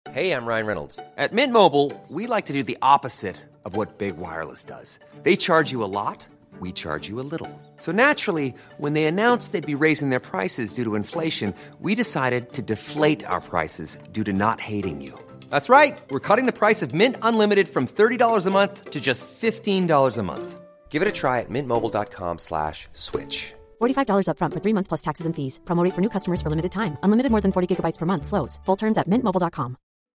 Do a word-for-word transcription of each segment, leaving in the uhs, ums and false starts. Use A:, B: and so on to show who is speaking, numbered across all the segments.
A: Hey, I'm Ryan Reynolds. At Mint Mobile, we like to do the opposite of what Big Wireless does. They charge you a lot, we charge you a little. So naturally, when they announced they'd be raising their prices due to inflation, we decided to deflate our prices due to not hating you. That's right. We're cutting the price of Mint Unlimited from thirty dollars a month to just fifteen dollars a month. Give it a try at mintmobile.com slash switch.
B: forty-five dollars up front for three months plus taxes and fees. Promo rate for new customers for limited time. Unlimited more than forty gigabytes per month. Slows full terms at mint mobile dot com.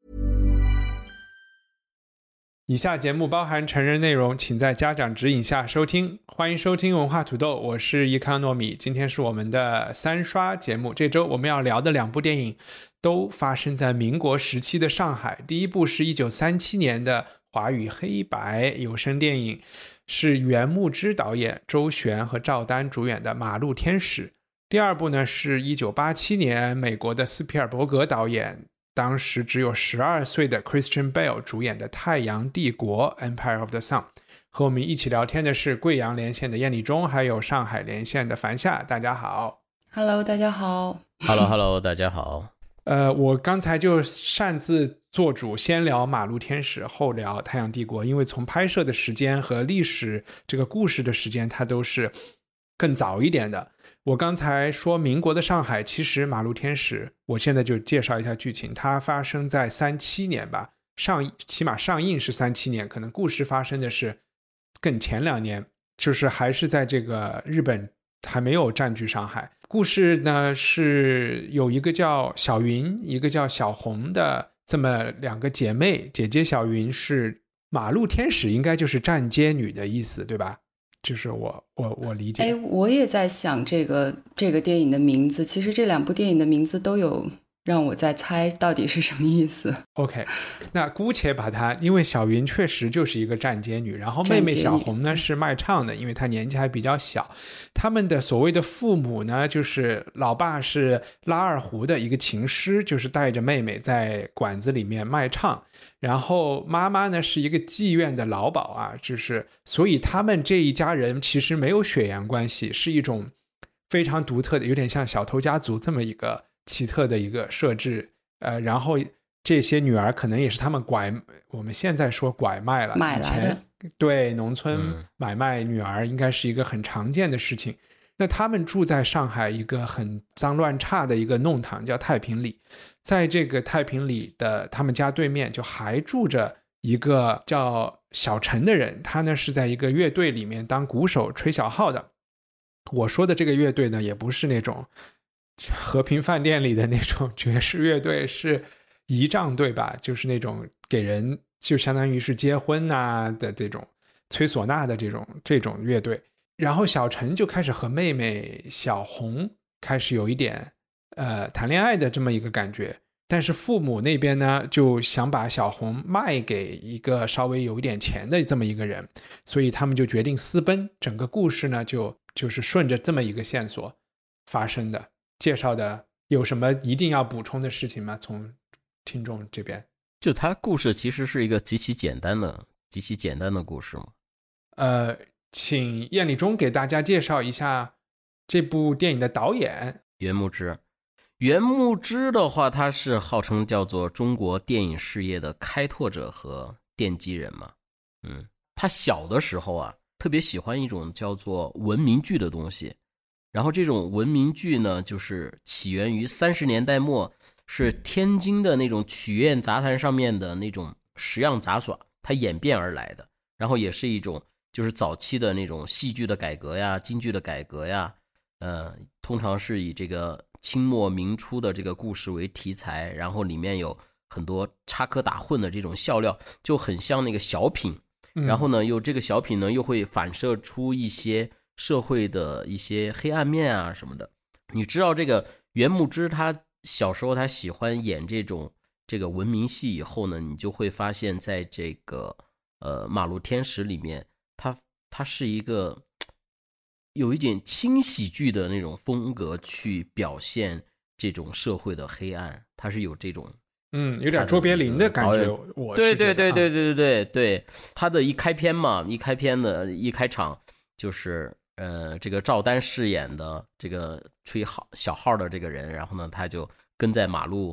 C: 以下节目包含成人内容，请在家长指引下收听。欢迎收听文化土豆，我是易康糯米。今天是我们的三刷节目，这周我们要聊的两部电影都发生在民国时期的上海。第一部是一九三七年的华语黑白有声电影，是袁牧之导演，周璇和赵丹主演的《马路天使》。第二部呢是一九八七年美国的斯皮尔伯格导演，当时只有十二岁的 Christian Bale 主演的《太阳帝国》 Empire of the Sun。 和我们一起聊天的是贵阳连线的燕立忠，还有上海连线的樊夏。大家好。
D: Hello 大家好。
E: Hello Hello 大家好。
C: 呃，我刚才就擅自做主，先聊《马路天使》，后聊《太阳帝国》，因为从拍摄的时间和历史这个故事的时间它都是更早一点的。我刚才说民国的上海，其实《马路天使》我现在就介绍一下剧情，它发生在三七年吧，上起码上映是三七年，可能故事发生的是更前两年，就是还是在这个日本还没有占据上海。故事呢是有一个叫小云，一个叫小红的这么两个姐妹，姐姐小云是马路天使，应该就是站街女的意思，对吧？就是我我我理解。
D: 哎，我也在想这个这个电影的名字，其实这两部电影的名字都有让我在猜到底是什么意思。
C: OK， 那姑且把它，因为小云确实就是一个站街女，然后妹妹小红呢是卖唱的，因为她年纪还比较小。他们的所谓的父母呢，就是老爸是拉二胡的一个琴师，就是带着妹妹在馆子里面卖唱，然后妈妈呢是一个妓院的老鸨啊，就是所以他们这一家人其实没有血缘关系，是一种非常独特的，有点像小偷家族这么一个奇特的一个设置。呃，然后这些女儿可能也是他们拐，我们现在说拐卖了，
D: 买来的。
C: 对，农村买卖女儿应该是一个很常见的事情。那他们住在上海一个很脏乱差的一个弄堂叫太平里，在这个太平里的他们家对面就还住着一个叫小陈的人，他呢是在一个乐队里面当鼓手吹小号的。我说的这个乐队呢也不是那种和平饭店里的那种爵士乐队，是仪仗队吧，就是那种给人就相当于是结婚啊的这种吹唢呐的这种这种乐队。然后小陈就开始和妹妹小红开始有一点呃谈恋爱的这么一个感觉，但是父母那边呢就想把小红卖给一个稍微有一点钱的这么一个人，所以他们就决定私奔。整个故事呢就就是顺着这么一个线索发生的。介绍的有什么一定要补充的事情吗？从听众这边。
E: 就他故事其实是一个极其简单的极其简单的故事嘛。
C: 呃，请燕立忠给大家介绍一下这部电影的导演
E: 袁牧之。袁牧之的话，他是号称叫做中国电影事业的开拓者和奠基人嘛。嗯，他小的时候啊，特别喜欢一种叫做文明剧的东西。然后这种文明剧呢，就是起源于三十年代末，是天津的那种曲苑杂谈上面的那种十样杂耍，它演变而来的。然后也是一种就是早期的那种戏剧的改革呀，京剧的改革呀，呃，通常是以这个清末明初的这个故事为题材，然后里面有很多插科打诨的这种笑料，就很像那个小品。然后呢，又这个小品呢又会反射出一些社会的一些黑暗面啊什么的。你知道这个袁牧之他小时候他喜欢演这种这个文明戏以后呢，你就会发现在这个呃马路天使里面，他他是一个有一点轻喜剧的那种风格去表现这种社会的黑暗，他是有这种
C: 嗯，有点卓别林的感觉。我
E: 对对对对对对对对，他的一开篇嘛，一开篇的一开场就是呃，这个赵丹饰演的这个吹号小号的这个人，然后呢，他就跟在马路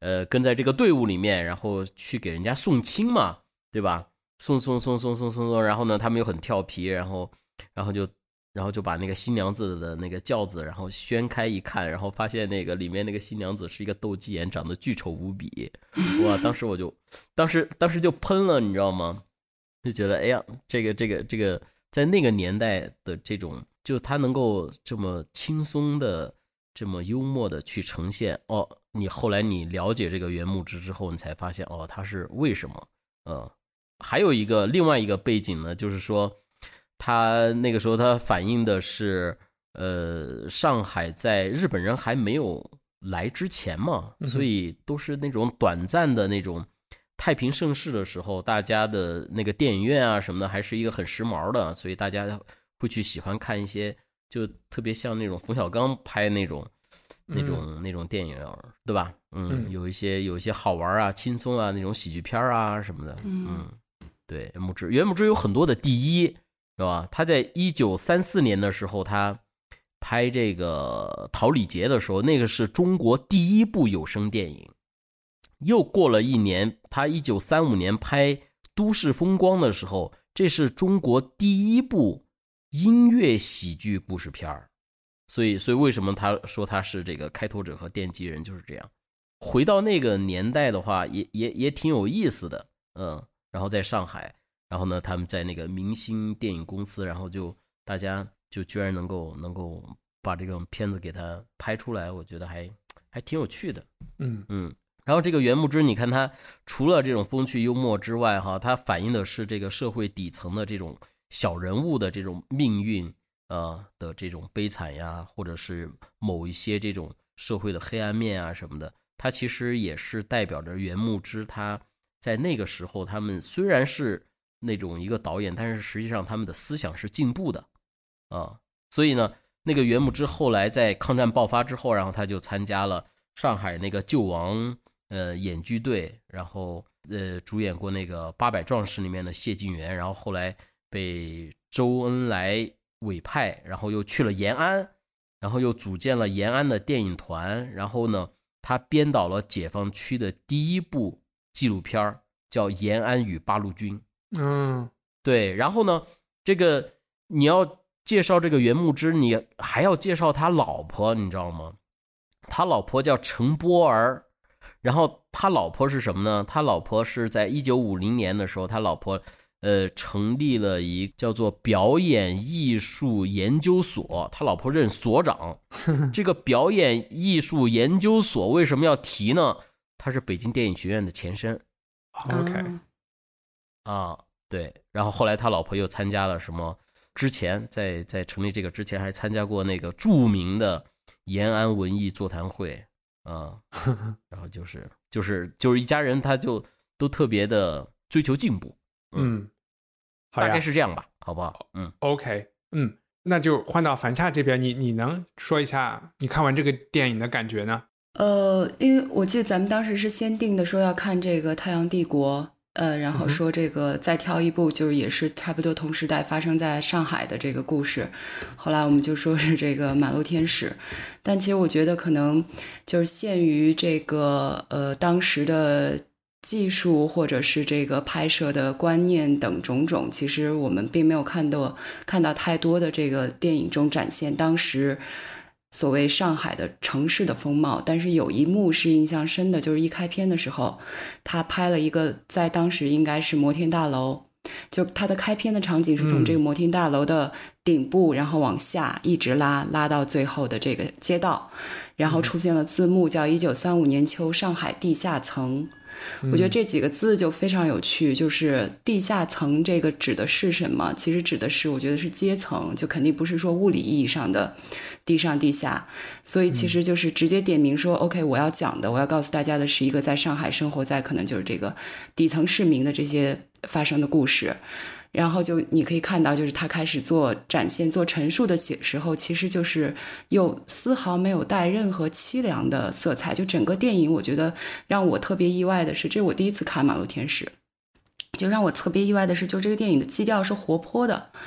E: 呃跟在这个队伍里面，然后去给人家送亲嘛，对吧？送送送送送送送，然后呢，他们又很调皮，然后然后就然后就把那个新娘子的那个轿子，然后掀开一看，然后发现那个里面那个新娘子是一个斗鸡眼，长得巨丑无比。哇！当时我就当时当时就喷了，你知道吗？就觉得哎呀，这个这个这个，在那个年代的这种，就他能够这么轻松的、这么幽默的去呈现哦。你后来你了解这个原木之之后，你才发现哦，他是为什么？呃，还有一个另外一个背景呢，就是说他那个时候他反映的是，呃，上海在日本人还没有来之前嘛，所以都是那种短暂的那种。太平盛世的时候，大家的那个电影院啊什么的，还是一个很时髦的，所以大家会去喜欢看一些，就特别像那种冯小刚拍那种、那种、嗯、那种电影，对吧？嗯，嗯有一些有一些好玩啊、轻松啊那种喜剧片啊什么的。嗯，嗯对，原木之原木之有很多的第一，是吧？他在一九三四年的时候，他拍这个《桃李劫》的时候，那个是中国第一部有声电影。又过了一年，他一九三五年拍《都市风光》的时候，这是中国第一部音乐喜剧故事片儿。所以，所以为什么他说他是这个开拓者和奠基人，就是这样。回到那个年代的话，也也也挺有意思的，嗯。然后在上海，然后呢，他们在那个明星电影公司，然后就大家就居然能够能够把这个片子给他拍出来，我觉得还还挺有趣的，
C: 嗯
E: 嗯。然后这个原木之，你看他除了这种风趣幽默之外，哈，他反映的是这个社会底层的这种小人物的这种命运，呃的这种悲惨呀，或者是某一些这种社会的黑暗面啊什么的。他其实也是代表着原木之，他在那个时候，他们虽然是那种一个导演，但是实际上他们的思想是进步的，啊、呃，所以呢，那个原木之后来在抗战爆发之后，然后他就参加了上海那个救亡。呃，演剧队，然后呃，主演过那个《八百壮士》里面的谢晋元，然后后来被周恩来委派，然后又去了延安，然后又组建了延安的电影团，然后呢，他编导了解放区的第一部纪录片，叫《延安与八路军》。
C: 嗯，
E: 对，然后呢，这个你要介绍这个原木之，你还要介绍他老婆，你知道吗？他老婆叫陈波儿。然后他老婆是什么呢？他老婆是在一九五零年的时候，他老婆呃成立了一个叫做表演艺术研究所，他老婆任所长。这个表演艺术研究所为什么要提呢？它是北京电影学院的前身。
C: OK
E: 啊，对。然后后来他老婆又参加了什么？之前在在成立这个之前，还参加过那个著名的延安文艺座谈会。啊、嗯，然后就是就是就是一家人，他就都特别的追求进步，
C: 嗯，
E: 嗯大概是这样吧，好不好？嗯
C: ，OK， 嗯，那就换到樊夏这边，你你能说一下你看完这个电影的感觉呢？
D: 呃，因为我记得咱们当时是先定的说要看这个《太阳帝国》。呃，然后说这个再挑一部，就是也是差不多同时代发生在上海的这个故事。后来我们就说是这个《马路天使》，但其实我觉得可能就是限于这个呃当时的技术或者是这个拍摄的观念等种种，其实我们并没有看到看到太多的这个电影中展现当时所谓上海的城市的风貌。但是有一幕是印象深的，就是一开篇的时候他拍了一个在当时应该是摩天大楼，就他的开篇的场景是从这个摩天大楼的顶部、嗯、然后往下一直拉拉到最后的这个街道，然后出现了字幕叫一九三五年秋上海地下层。我觉得这几个字就非常有趣，就是地下层这个指的是什么？其实指的是我觉得是阶层，就肯定不是说物理意义上的地上地下，所以其实就是直接点名说、嗯、OK 我要讲的我要告诉大家的是一个在上海生活在可能就是这个底层市民的这些发生的故事。然后就你可以看到，就是他开始做展现做陈述的时候，其实就是又丝毫没有带任何凄凉的色彩。就整个电影我觉得让我特别意外的是，这是我第一次看《马路天使》，就让我特别意外的是，就这个电影的基调是活泼的，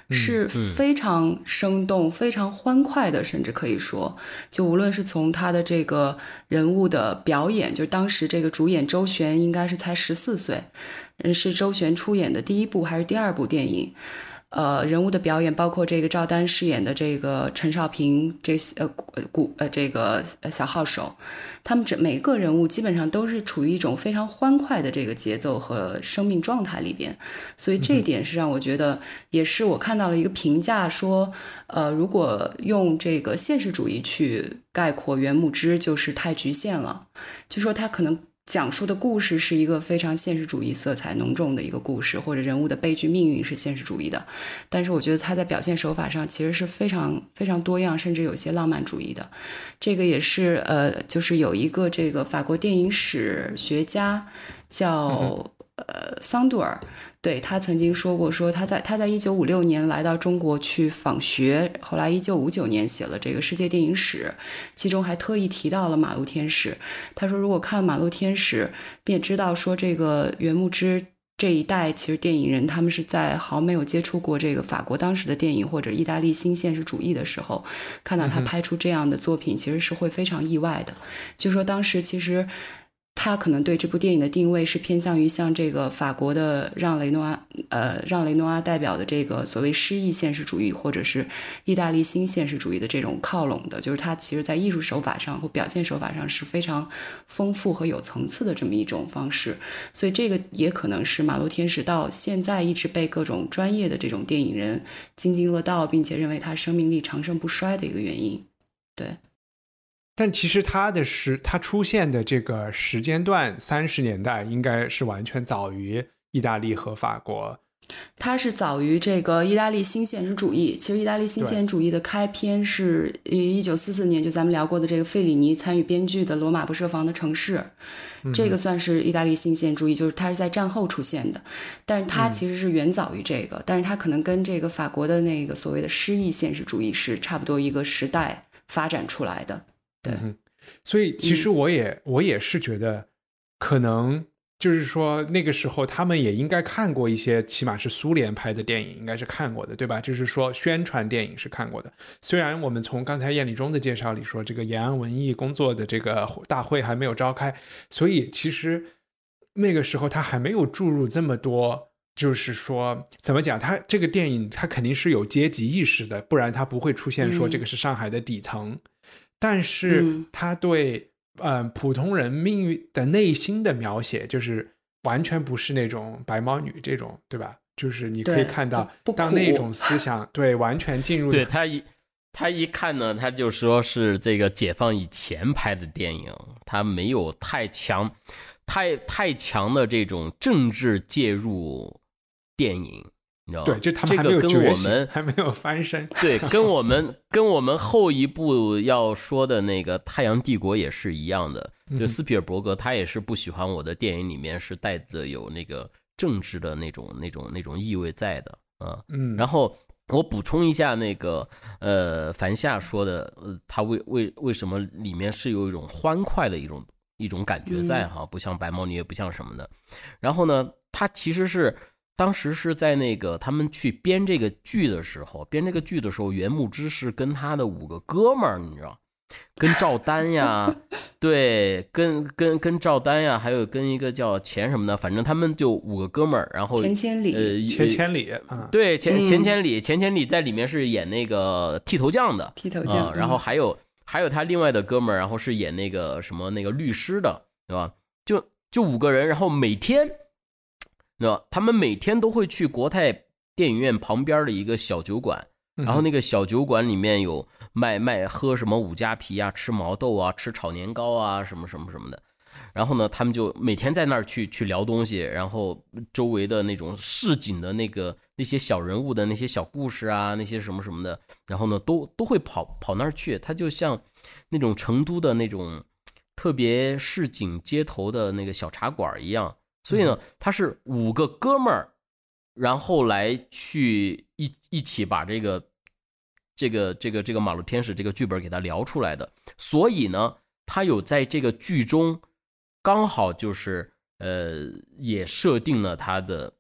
D: 是非常生动、非常欢快的，甚至可以说，就无论是从他的这个人物的表演，就当时这个主演周璇应该是才十四岁，是周璇出演的第一部还是第二部电影？呃，人物的表演，包括这个赵丹饰演的这个陈少平，这呃古呃这个小号手，他们整每个人物基本上都是处于一种非常欢快的这个节奏和生命状态里边，所以这一点是让我觉得，也是我看到了一个评价说，呃，如果用这个现实主义去概括袁牧之，就是太局限了，就说他可能讲述的故事是一个非常现实主义色彩浓重的一个故事，或者人物的悲剧命运是现实主义的，但是我觉得他在表现手法上其实是非常非常多样，甚至有些浪漫主义的。这个也是呃，就是有一个这个法国电影史学家叫、嗯、呃桑杜尔，对，他曾经说过，说他在他在一九五六年来到中国去访学，后来一九五九年写了这个世界电影史，其中还特意提到了马路天使。他说如果看马路天使便知道说这个袁牧之这一代其实电影人他们是在毫没有接触过这个法国当时的电影或者意大利新现实主义的时候，看到他拍出这样的作品其实是会非常意外的。就说当时其实他可能对这部电影的定位是偏向于像这个法国的让雷诺阿，呃，让雷诺阿代表的这个所谓诗意现实主义，或者是意大利新现实主义的这种靠拢的，就是他其实在艺术手法上或表现手法上是非常丰富和有层次的这么一种方式，所以这个也可能是马路天使到现在一直被各种专业的这种电影人津津乐道，并且认为他生命力长盛不衰的一个原因。对。
C: 但其实他的时他出现的这个时间段三十年代应该是完全早于意大利和法国，
D: 它是早于这个意大利新现实主义。其实意大利新现实主义的开篇是一九四四年，就咱们聊过的这个费里尼参与编剧的《罗马不设防的城市》，嗯，这个算是意大利新现实主义，就是它是在战后出现的，但是它其实是远早于这个，嗯，但是它可能跟这个法国的那个所谓的诗意现实主义是差不多一个时代发展出来的。对，
C: 嗯，所以其实我也、嗯、我也是觉得可能就是说那个时候他们也应该看过一些起码是苏联拍的电影，应该是看过的，对吧？就是说宣传电影是看过的，虽然我们从刚才燕礼中的介绍里说这个延安文艺工作的这个大会还没有召开，所以其实那个时候他还没有注入这么多，就是说怎么讲，他这个电影他肯定是有阶级意识的，不然他不会出现说这个是上海的底层，嗯，但是他对、嗯呃、普通人命运的内心的描写就是完全不是那种白毛女这种，对吧？就是你可以看到当那种思想对完全进入，
E: 对他一他一看呢，他就说是这个解放以前拍的电影，他没有太强太太强的这种政治介入电影，你知道吗？
C: 对，就他们还没有觉醒，还没有翻身。
E: 对，跟我们跟我们后一部要说的那个《太阳帝国》也是一样的。就斯皮尔伯格他也是不喜欢我的电影里面是带着有那个政治的那种那种那种意味在的啊。嗯。然后我补充一下那个呃樊夏说的，呃，他为为为什么里面是有一种欢快的一种一种感觉在哈，不像白毛女也不像什么的。然后呢，他其实是。当时是在那个他们去编这个剧的时候，编这个剧的时候，袁牧之是跟他的五个哥们儿，你知道，跟赵丹呀，对，跟跟跟赵丹呀，还有跟一个叫钱什么的，反正他们就五个哥们儿，然后
D: 钱千里，
C: 呃，钱千里，啊，
E: 对，钱钱千里，钱千里在里面是演那个剃头匠的，
D: 剃头匠，
E: 啊，然后还有还有他另外的哥们儿，然后是演那个什么那个律师的，对吧？就就五个人，然后每天。他们每天都会去国泰电影院旁边的一个小酒馆，然后那个小酒馆里面有卖卖喝什么五加皮啊，吃毛豆啊，吃炒年糕啊，什么什么什么的。然后呢，他们就每天在那儿去去聊东西，然后周围的那种市井的那个那些小人物的那些小故事啊，那些什么什么的，然后呢都都会跑跑那儿去。他就像那种成都的那种特别市井街头的那个小茶馆一样。所以呢，他是五个哥们儿，然后来去一一起把这个这个这个这个马路天使这个剧本给他聊出来的。所以呢，他有在这个剧中刚好就是呃也设定了他的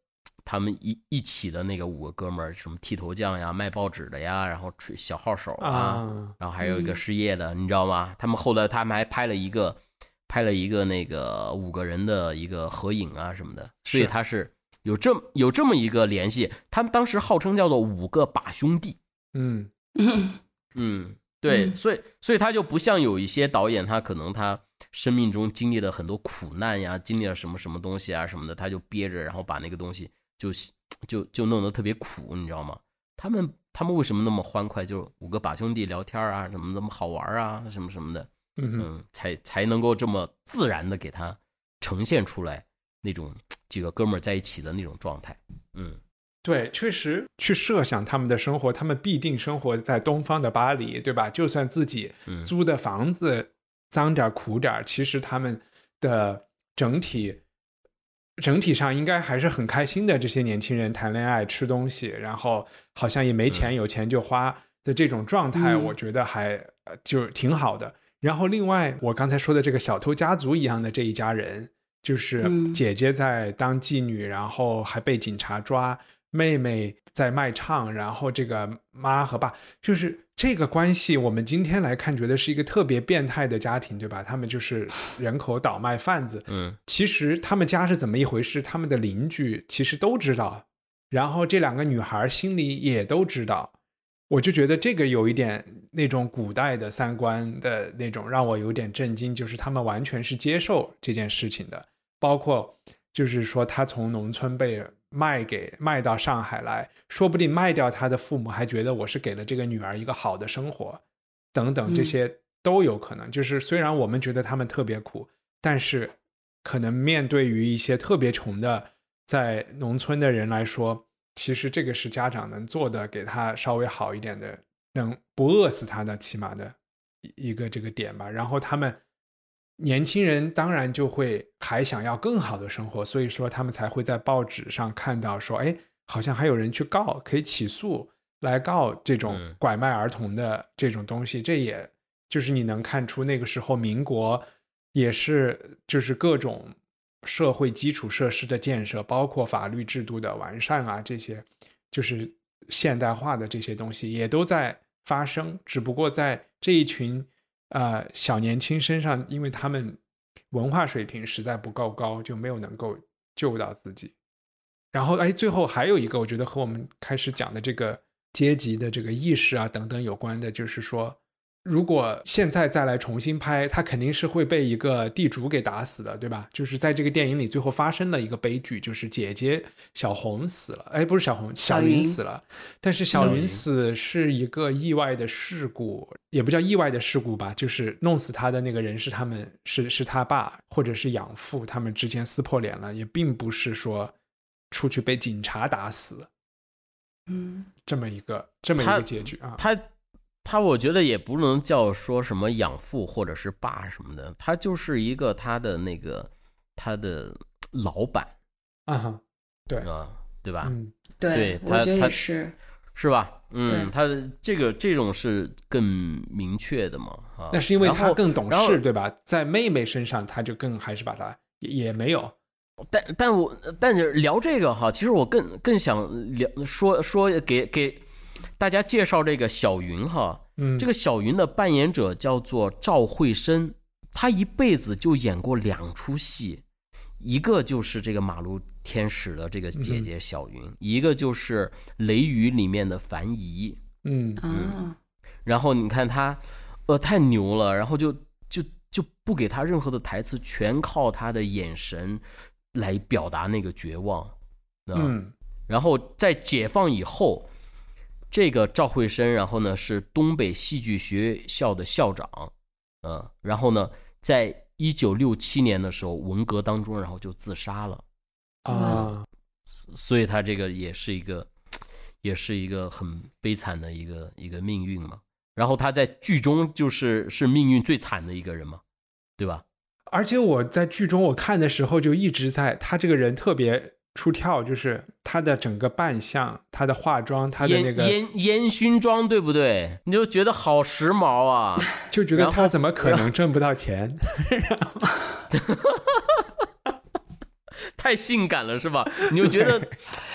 E: 他们一一起的那个五个哥们儿，什么剃头匠呀、卖报纸的呀，然后吹小号手啊，啊然后还有一个失业的，嗯、你知道吗？他们后来他们还拍了一个拍了一个那个五个人的一个合影啊什么的，所以他是有这么有这么一个联系。他们当时号称叫做五个把兄弟。
C: 嗯
E: 嗯，对，嗯、所以所以他就不像有一些导演，他可能他生命中经历了很多苦难呀，经历了什么什么东西啊什么的，他就憋着，然后把那个东西就就就弄得特别苦，你知道吗？他们他们为什么那么欢快？就是五个把兄弟聊天啊，什么那么好玩啊，什么什么的，嗯, 嗯才才能够这么自然的给他呈现出来那种几个哥们儿在一起的那种状态。嗯，
C: 对，确实去设想他们的生活，他们必定生活在东方的巴黎，对吧？就算自己租的房子脏点苦点，其实他们的整体整体上应该还是很开心的。这些年轻人谈恋爱吃东西，然后好像也没钱，有钱就花的这种状态，我觉得还就挺好的。然后另外我刚才说的这个小偷家族一样的这一家人，就是姐姐在当妓女，然后还被警察抓，妹妹在卖唱，然后这个妈和爸，就是这个关系我们今天来看觉得是一个特别变态的家庭，对吧？他们就是人口倒卖贩子。嗯，其实他们家是怎么一回事，他们的邻居其实都知道，然后这两个女孩心里也都知道。我就觉得这个有一点那种古代的三观的那种让我有点震惊，就是他们完全是接受这件事情的。包括就是说他从农村被卖给卖到上海来，说不定卖掉他的父母还觉得我是给了这个女儿一个好的生活等等，这些都有可能。嗯、就是虽然我们觉得他们特别苦，但是可能面对于一些特别穷的在农村的人来说，其实这个是家长能做的，给他稍微好一点的，能不饿死他的起码的一个这个点吧。然后他们年轻人当然就会还想要更好的生活，所以说他们才会在报纸上看到说，哎，好像还有人去告，可以起诉来告这种拐卖儿童的这种东西。这也就是你能看出那个时候民国也是就是各种社会基础设施的建设，包括法律制度的完善啊，这些就是现代化的这些东西也都在发生，只不过在这一群呃小年轻身上，因为他们文化水平实在不够高，就没有能够救到自己。然后哎，最后还有一个我觉得和我们开始讲的这个阶级的这个意识啊等等有关的，就是说如果现在再来重新拍，他肯定是会被一个地主给打死的，对吧？就是在这个电影里最后发生了一个悲剧，就是姐姐小红死了，哎，不是小红，小云死了。但是小云死是一个意外的事故，也不叫意外的事故吧，就是弄死他的那个人是他们是是他爸或者是养父，他们之间撕破脸了，也并不是说出去被警察打死，嗯，这么一个这么一个结局啊。
E: 他他我觉得也不能叫说什么养父或者是爸什么的，他就是一个他的那个他的老板
C: 啊，对
E: 啊，对吧？
D: 嗯，对，对我觉得也是，
E: 是吧？嗯，他这个这种是更明确的嘛啊。
C: 那是因为他更懂事，对吧？在妹妹身上，他就更还是把他 也, 也没有。
E: 但但我但是聊这个哈，其实我更更想聊说说给给。大家介绍这个小云哈，嗯，这个小云的扮演者叫做赵慧生，她一辈子就演过两出戏，一个就是这个马路天使的这个姐姐小云，嗯、一个就是雷雨里面的樊姨，
C: 嗯
E: 嗯，然后你看她，呃，太牛了，然后就就就不给她任何的台词，全靠她的眼神来表达那个绝望，
C: 嗯，
E: 然后在解放以后。这个赵慧生，然后呢是东北戏剧学校的校长，呃，然后呢，在一九六七年的时候，文革当中，然后就自杀了，
C: 啊，
E: 所以他这个也是一个，也是一个很悲惨的一个一个命运嘛。然后他在剧中就是是命运最惨的一个人嘛，对吧？
C: 而且我在剧中我看的时候就一直在，他这个人特别。出跳，就是他的整个扮相，他的化妆，他的那个
E: 烟烟熏妆，对不对？你就觉得好时髦啊，
C: 就觉得他怎么可能挣不到钱？
E: 太性感了是吧？你就觉得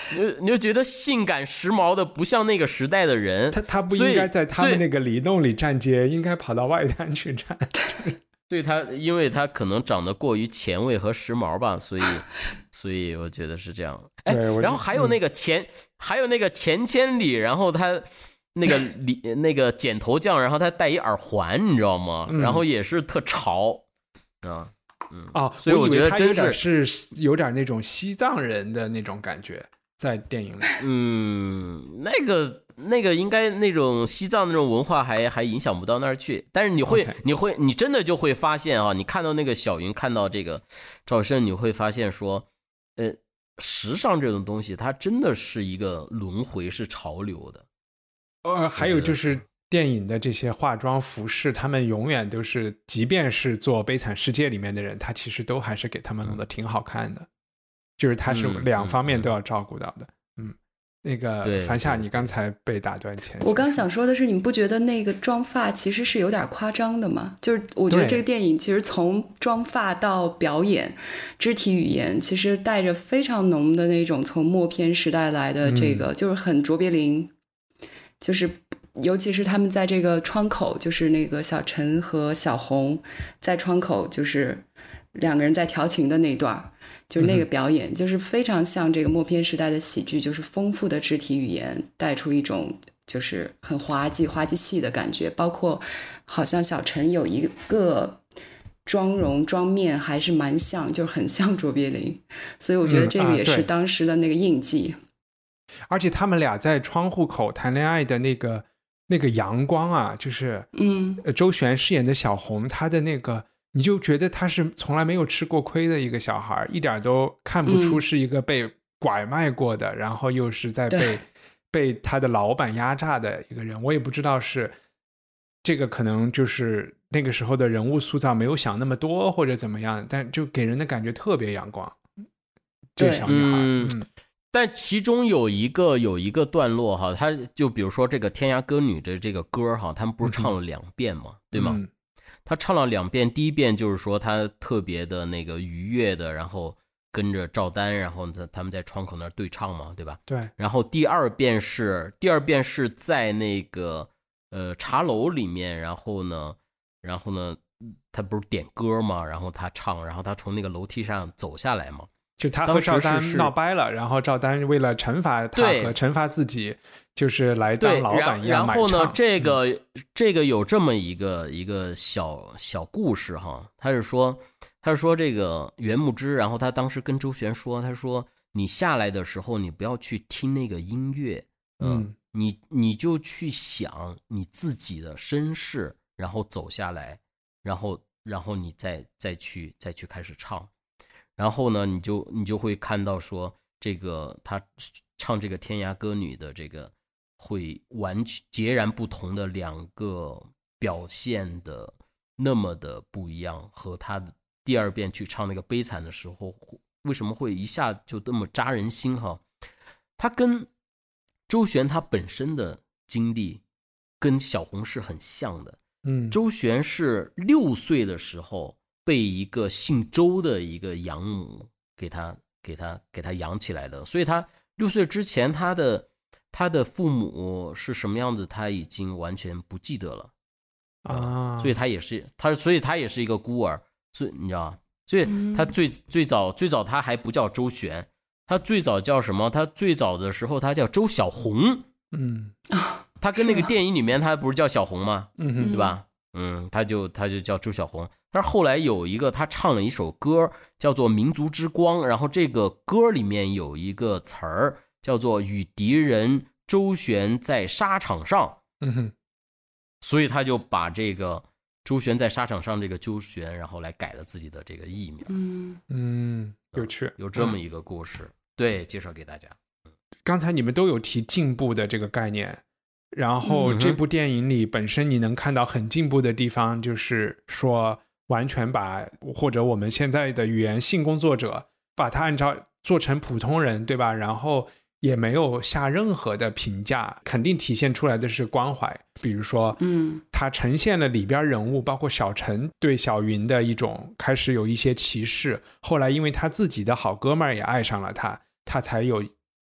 E: 你就你就觉得性感时髦的不像那个时代的人，
C: 他他不应该在他们那个里弄里站街，应该跑到外滩去站。
E: 对他，因为他可能长得过于前卫和时髦吧，所以，所以我觉得是这样。哎，然后还有那个前，嗯、还有那个钱千里，然后他那个里那个剪头匠，然后他戴一耳环，你知道吗？嗯、然后也是特潮啊，嗯
C: 哦，
E: 所以我觉得真
C: 是是有点那种西藏人的那种感觉，在电影里。
E: 嗯，那个。那个应该那种西藏那种文化还还影响不到那儿去，但是你会、okay. 你会你真的就会发现啊，你看到那个小云，看到这个赵胜，你会发现说，呃，时尚这种东西它真的是一个轮回，是潮流的。
C: 呃，还有就是电影的这些化妆服饰，他们永远都是，即便是做《悲惨世界》里面的人，他其实都还是给他们弄得挺好看的，就是他是两方面都要照顾到的。嗯。嗯那个樊夏，你刚才被打断前，
D: 我刚想说的是，你们不觉得那个妆发其实是有点夸张的吗？就是我觉得这个电影其实从妆发到表演、肢体语言，其实带着非常浓的那种从默片时代来的这个，嗯、就是很卓别林，就是尤其是他们在这个窗口，就是那个小陈和小红在窗口，就是两个人在调情的那段。就是那个表演、嗯、就是非常像这个默片时代的喜剧，就是丰富的肢体语言带出一种就是很滑稽滑稽戏的感觉，包括好像小陈有一个妆容妆面还是蛮像，就是很像卓别林，所以我觉得这个也是当时的那个印记、嗯
C: 啊、而且他们俩在窗户口谈恋爱的那个那个阳光啊，就是
D: 嗯，
C: 周璇饰演的小红，她的那个你就觉得他是从来没有吃过亏的一个小孩，一点都看不出是一个被拐卖过的、嗯、然后又是在被被他的老板压榨的一个人。我也不知道是这个可能就是那个时候的人物塑造没有想那么多或者怎么样，但就给人的感觉特别阳光，这个小女孩。
E: 嗯嗯，但其中有一个有一个段落哈，他就比如说这个天涯歌女的这个歌哈，他们不是唱了两遍吗、嗯、对吗、嗯，他唱了两遍，第一遍就是说他特别的那个愉悦的，然后跟着赵丹，然后他们在窗口那儿对唱嘛，对吧？
C: 对。
E: 然后第二遍是第二遍是在那个呃茶楼里面，然后呢，然后呢，他不是点歌嘛，然后他唱，然后他从那个楼梯上走下来嘛。
C: 就他和赵丹闹掰了，然后赵丹为了惩罚他和惩罚自己，就是来当老板一样买唱。
E: 然后呢，这个、嗯、这个有这么一个一个小小故事哈，他是说他是说这个袁牧之，然后他当时跟周璇说，他说你下来的时候你不要去听那个音乐，呃、嗯，你你就去想你自己的身世，然后走下来，然后然后你再再去再去开始唱。然后呢，你就你就会看到说，这个他唱这个天涯歌女的这个会完全截然不同的两个表现的那么的不一样，和他的第二遍去唱那个悲惨的时候，为什么会一下就这么扎人心哈？他跟周璇他本身的经历跟小红是很像的，
C: 嗯，
E: 周璇是六岁的时候被一个姓周的一个养母给他给他给他养起来的，所以他六岁之前他的他的父母是什么样子他已经完全不记得了
C: 啊，
E: 所以他也是他所以他也是一个孤儿，所以你知道吗？所以他最最早最早他还不叫周璇，他最早叫什么？他最早的时候他叫周小红，
C: 嗯，
E: 他跟那个电影里面他不是叫小红吗？
C: 嗯，
E: 对吧？嗯，他就他就叫周小红。但是后来有一个他唱了一首歌叫做《民族之光》，然后这个歌里面有一个词儿叫做与敌人周旋在沙场上，
C: 嗯哼，
E: 所以他就把这个周旋在沙场上这个周旋，然后来改了自己的这个艺名。
C: 嗯嗯，有趣，
E: 有这么一个故事，嗯、对，介绍给大家。
C: 刚才你们都有提进步的这个概念。然后这部电影里本身你能看到很进步的地方，就是说完全把或者我们现在的语言性工作者把它按照做成普通人，对吧？然后也没有下任何的评价，肯定体现出来的是关怀。比如说
D: 嗯，
C: 他呈现了里边人物包括小陈对小云的一种开始有一些歧视，后来因为他自己的好哥们儿也爱上了他，他才有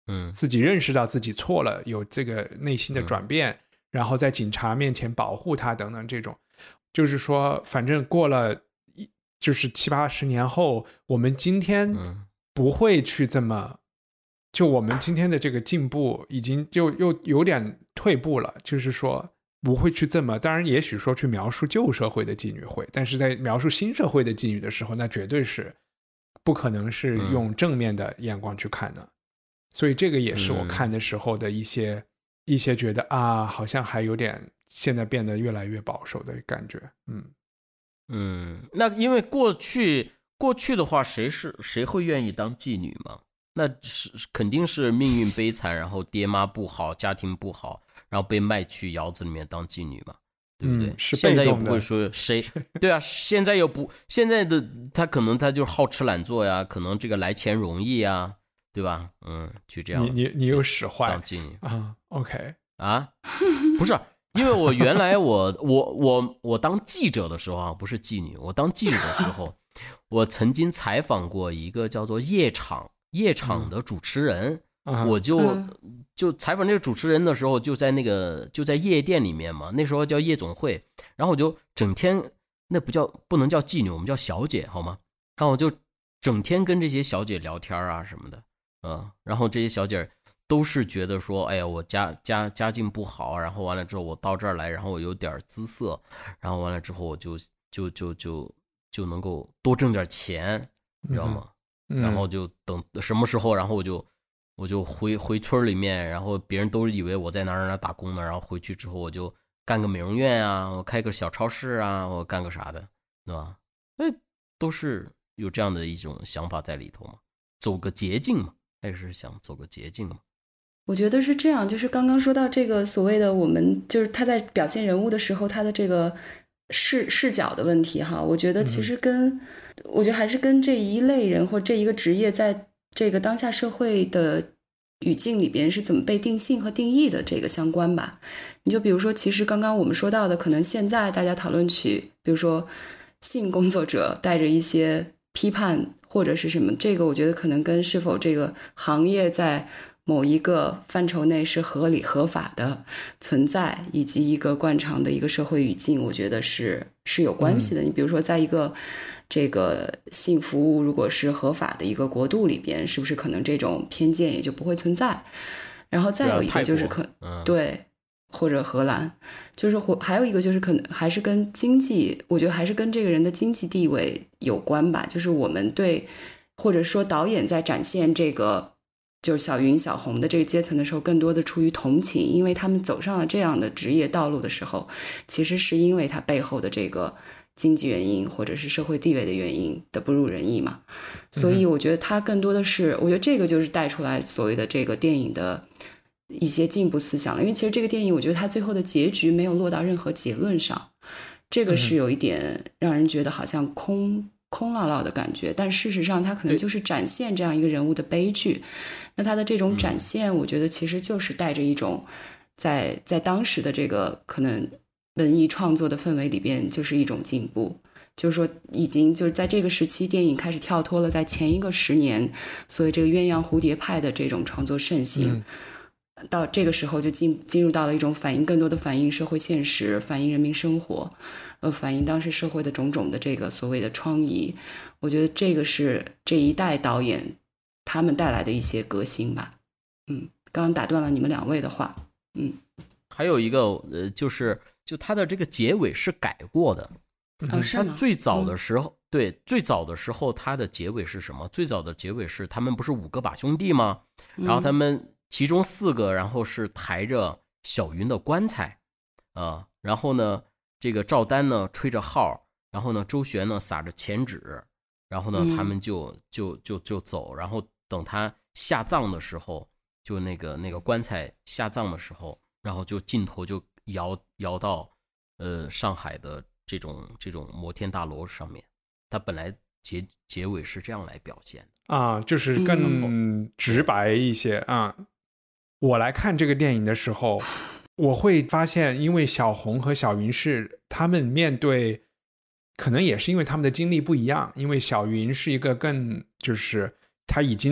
E: 嗯，
C: 自己认识到自己错了，有这个内心的转变，嗯、然后在警察面前保护他等等这种，就是说，反正过了就是七八十年后，我们今天不会去这么，就我们今天的这个进步已经就又有点退步了，就是说不会去这么，当然也许说去描述旧社会的妓女会，但是在描述新社会的妓女的时候，那绝对是不可能是用正面的眼光去看的。所以这个也是我看的时候的一些、嗯、一些觉得啊，好像还有点现在变得越来越保守的感觉。嗯
E: 嗯，那因为过去过去的话，谁是谁会愿意当妓女吗？那是肯定是命运悲惨，然后爹妈不好，家庭不好，然后被卖去窑子里面当妓女嘛，对不对？
C: 嗯、是
E: 现在又不会说谁，对啊，现在又不现在的他可能他就好吃懒做呀，可能这个来钱容易呀。对吧？嗯，就这样。
C: 你你你有使坏
E: 当妓女
C: 啊 ？OK
E: 啊，不是，因为我原来我我我我当记者的时候啊，不是妓女，我当记者的时候，我曾经采访过一个叫做夜场夜场的主持人，嗯、我就、嗯、就采访这个主持人的时候，就在那个就在夜店里面嘛，那时候叫夜总会，然后我就整天那不叫不能叫妓女，我们叫小姐好吗？然后我就整天跟这些小姐聊天啊什么的。嗯，然后这些小姐都是觉得说，哎呀，我家家家境不好，然后完了之后我到这儿来，然后我有点姿色，然后完了之后我就就就就就能够多挣点钱，你知道吗？嗯、然后就等什么时候，然后我就我就回回村里面，然后别人都以为我在哪儿哪儿打工呢，然后回去之后我就干个美容院啊，我开个小超市啊，我干个啥的，对吧？那都是有这样的一种想法在里头嘛，走个捷径嘛。还是想走个捷径吗？
D: 我觉得是这样，就是刚刚说到这个所谓的我们，就是他在表现人物的时候，他的这个视视角的问题哈，我觉得其实跟、嗯、我觉得还是跟这一类人或这一个职业在这个当下社会的语境里边是怎么被定性和定义的这个相关吧。你就比如说，其实刚刚我们说到的，可能现在大家讨论起，比如说性工作者带着一些批判或者是什么，这个我觉得可能跟是否这个行业在某一个范畴内是合理合法的存在，以及一个惯常的一个社会语境，我觉得是是有关系的。嗯、你比如说，在一个这个性服务如果是合法的一个国度里边，是不是可能这种偏见也就不会存在？然后再有一个就是可、嗯、对。或者荷兰，就是还有一个就是可能还是跟经济，我觉得还是跟这个人的经济地位有关吧。就是我们对，或者说导演在展现这个就是小云小红的这个阶层的时候，更多的出于同情，因为他们走上了这样的职业道路的时候，其实是因为他背后的这个经济原因或者是社会地位的原因的不如人意嘛。所以我觉得他更多的是，我觉得这个就是带出来所谓的这个电影的一些进步思想了。因为其实这个电影我觉得它最后的结局没有落到任何结论上，这个是有一点让人觉得好像空空落落的感觉，但事实上它可能就是展现这样一个人物的悲剧。那它的这种展现我觉得其实就是带着一种在在当时的这个可能文艺创作的氛围里边就是一种进步，就是说已经就是在这个时期电影开始跳脱了在前一个十年所谓这个鸳鸯蝴蝶派的这种创作盛行、嗯到这个时候就进进入到了一种反映更多的反映社会现实，反映人民生活，呃，反映当时社会的种种的这个所谓的创意。我觉得这个是这一代导演他们带来的一些革新吧。嗯，刚刚打断了你们两位的话。嗯，
E: 还有一个呃，就是就他的这个结尾是改过的。
D: 哦，是吗？
E: 他最早的时候、嗯，对，最早的时候他的结尾是什么？最早的结尾是他们不是五个把兄弟吗？然后他们。嗯其中四个，然后是抬着小云的棺材，啊、呃，然后呢，这个赵丹呢吹着号，然后呢，周旋呢撒着钱纸，然后呢，他们就就就就走，然后等他下葬的时候，就那个那个棺材下葬的时候，然后就镜头就摇摇到呃上海的这种这种摩天大楼上面，他本来结结尾是这样来表现的
C: 啊，就是更直白一些啊。我来看这个电影的时候，我会发现因为小红和小云是他们面对，可能也是因为他们的经历不一样，因为小云是一个更就是他已经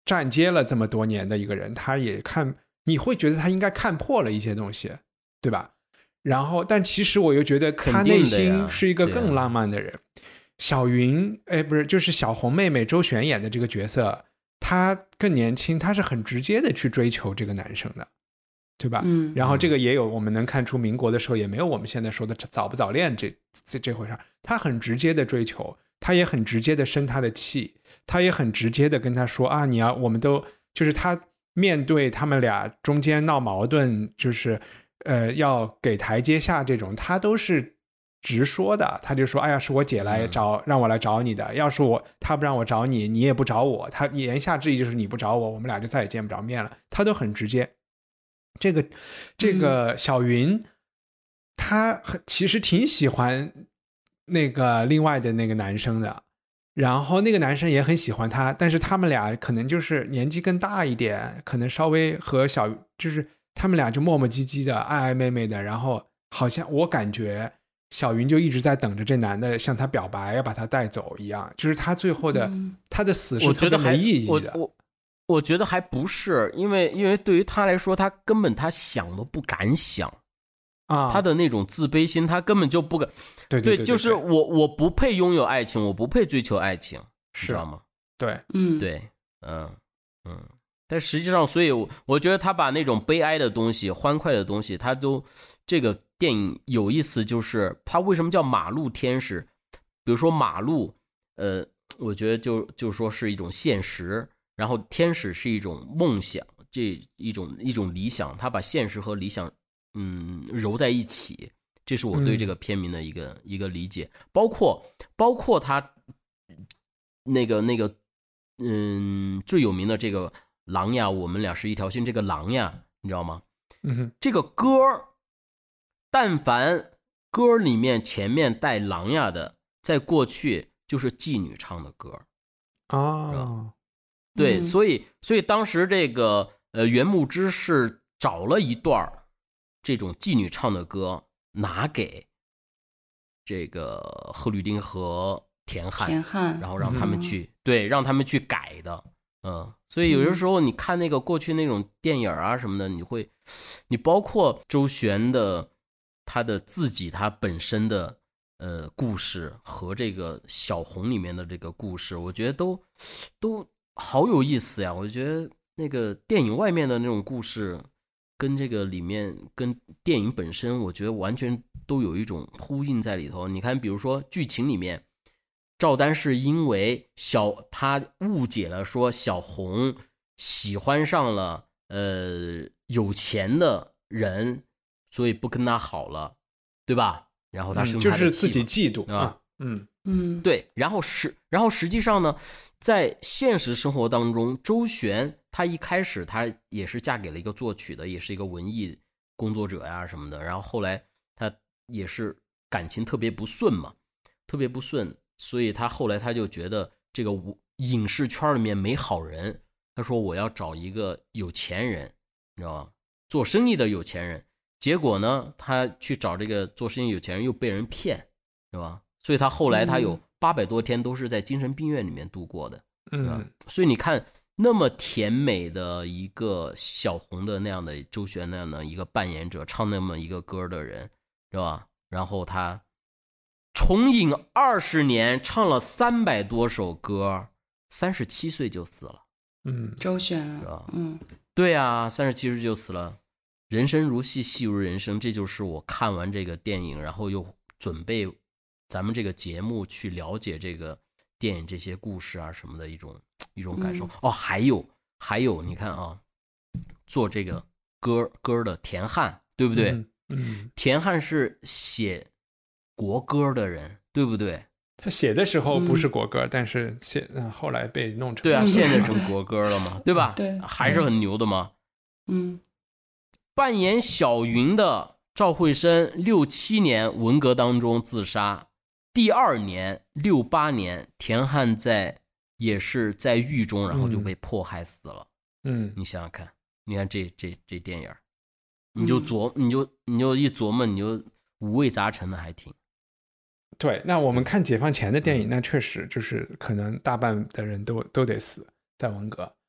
C: 站街了这么多年的一个人，他也看，你会觉得他应该看破了一些东西，对吧？然后但其实我又觉得他内心是一个更浪漫的人。小云，哎，不是，就是小红妹妹周璇演的这个角色，她更年轻，她是很直接的去追求这个男生的，对吧？
D: 嗯，
C: 然后这个也有我们能看出，民国的时候也没有我们现在说的早不早恋这这这回事，他很直接的追求，他也很直接的生他的气，他也很直接的跟他说啊，你要，我们都就是他面对他们俩中间闹矛盾，就是呃要给台阶下这种，他都是直说的，他就说哎呀是我姐来找、嗯、让我来找你的，要是我他不让我找你，你也不找我，他言下之意就是你不找我，我们俩就再也见不着面了，他都很直接。这个这个小云、嗯、他其实挺喜欢那个另外的那个男生的，然后那个男生也很喜欢他，但是他们俩可能就是年纪更大一点，可能稍微和小就是他们俩就磨磨唧唧的爱爱妹妹的，然后好像我感觉小云就一直在等着这男的向他表白，要把他带走一样，就是他最后的、嗯、他的死是特别没意义的。
E: 我我我觉得还不是，因为因为对于他来说，他根本他想都不敢想啊，他的那种自卑心，他根本就不敢。
C: 对对 对, 对, 对,
E: 对，就是我我不配拥有爱情，我不配追求爱情，
C: 是
E: 知道吗？
C: 对，
D: 嗯，
E: 对，嗯嗯。但实际上，所以我我觉得他把那种悲哀的东西、欢快的东西，他都这个电影有意思，就是他为什么叫马路天使？比如说马路，呃，我觉得就就说是一种现实。然后天使是一种梦想，这一种一种理想，他把现实和理想嗯揉在一起，这是我对这个片名的一个、嗯、一个理解。包括包括他那个那个嗯最有名的这个狼呀，我们俩是一条心，这个狼呀，你知道吗？
C: 嗯哼，
E: 这个歌但凡歌里面前面带狼呀的，在过去就是妓女唱的歌
C: 啊。哦，
E: 对，所以所以当时这个呃袁牧之是找了一段这种妓女唱的歌，拿给这个贺绿汀和田汉，
D: 田汉，
E: 然后让他们去、嗯、对，让他们去改的，嗯，所以有的时候你看那个过去那种电影啊什么的，你会，你包括周璇的他的自己他本身的呃故事和这个小红里面的这个故事，我觉得都都。好有意思呀！我觉得那个电影外面的那种故事，跟这个里面跟电影本身，我觉得完全都有一种呼应在里头。你看，比如说剧情里面，赵丹是因为小他误解了，说小红喜欢上了呃有钱的人，所以不跟他好了，对吧？然后他生他的气、嗯、
C: 就是自己嫉妒
E: 啊，
C: 嗯
D: 嗯，
E: 对。然后实然后实际上呢，在现实生活当中，周璇她一开始她也是嫁给了一个作曲的，也是一个文艺工作者呀什么的。然后后来她也是感情特别不顺嘛，特别不顺，所以她后来她就觉得这个影视圈里面没好人，她说我要找一个有钱人，你知道吗？做生意的有钱人。结果呢，她去找这个做生意有钱人又被人骗，是吧？所以她后来她有八百多天都是在精神病院里面度过的，
C: 嗯，
E: 所以你看那么甜美的一个小红的那样的周璇那样的一个扮演者，唱那么一个歌的人，是吧？然后他重影二十年，唱了三百多首歌，三十七岁就死了，
C: 嗯，
D: 周璇
E: 是吧？
D: 嗯，
E: 对啊，三十七岁就死了。人生如戏，戏如人生，这就是我看完这个电影，然后又准备咱们这个节目去了解这个电影这些故事啊什么的一种一种感受、嗯、哦。还有还有，你看啊，做这个歌歌的田汉，对不对？
C: 嗯，嗯
E: 田汉是写国歌的人，对不对？
C: 他写的时候不是国歌，嗯、但是写、嗯、后来被弄成
E: 对啊，现在成国歌了嘛，对吧？
D: 对，
E: 还是很牛的嘛。
D: 嗯，
E: 扮演小云的赵慧生，六七年文革当中自杀，第二年六八年田汉在也是在狱中，然后就被迫害死了。
C: 嗯，
E: 你想想看，你看这这这电影，你就琢、嗯、你就你就一琢磨，你就五味杂陈的，还挺。
C: 对，那我们看解放前的电影，那确实就是可能大半的人都都得死在文革。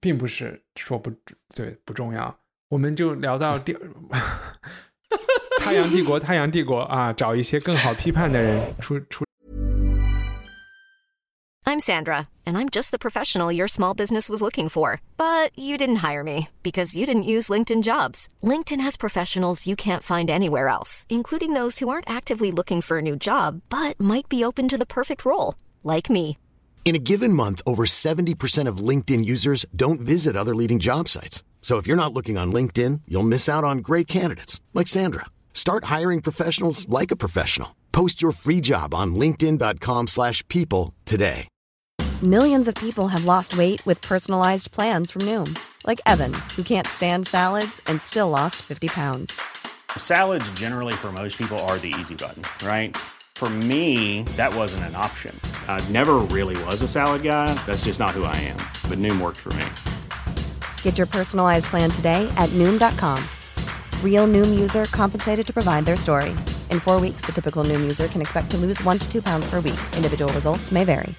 C: 并不是说不对不重要，我们就聊到第太阳帝国，太阳帝国啊，找一些更好批判的人出出。
F: I'm Sandra, and I'm just the professional your small business was looking for. But you didn't hire me because you didn't use LinkedIn Jobs. LinkedIn has professionals you can't find anywhere else, including those who aren't actively looking for a new job, but might be open to the perfect role, like me.
G: In a given month, over seventy percent of LinkedIn users don't visit other leading job sites. So if you're not looking on LinkedIn, you'll miss out on great candidates like Sandra. Start hiring professionals like a professional. Post your free job on linkedin dot com slash people today.
B: Millions of people have lost weight with personalized plans from Noom. Like Evan, who can't stand salads and still lost fifty pounds.
H: Salads generally for most people are the easy button, right? For me, that wasn't an option. I never really was a salad guy. That's just not who I am. But Noom worked for me.
B: Get your personalized plan today at Noom dot com. Real Noom user compensated to provide their story. In four weeks, the typical Noom user can expect to lose one to two pounds per week. Individual results may vary.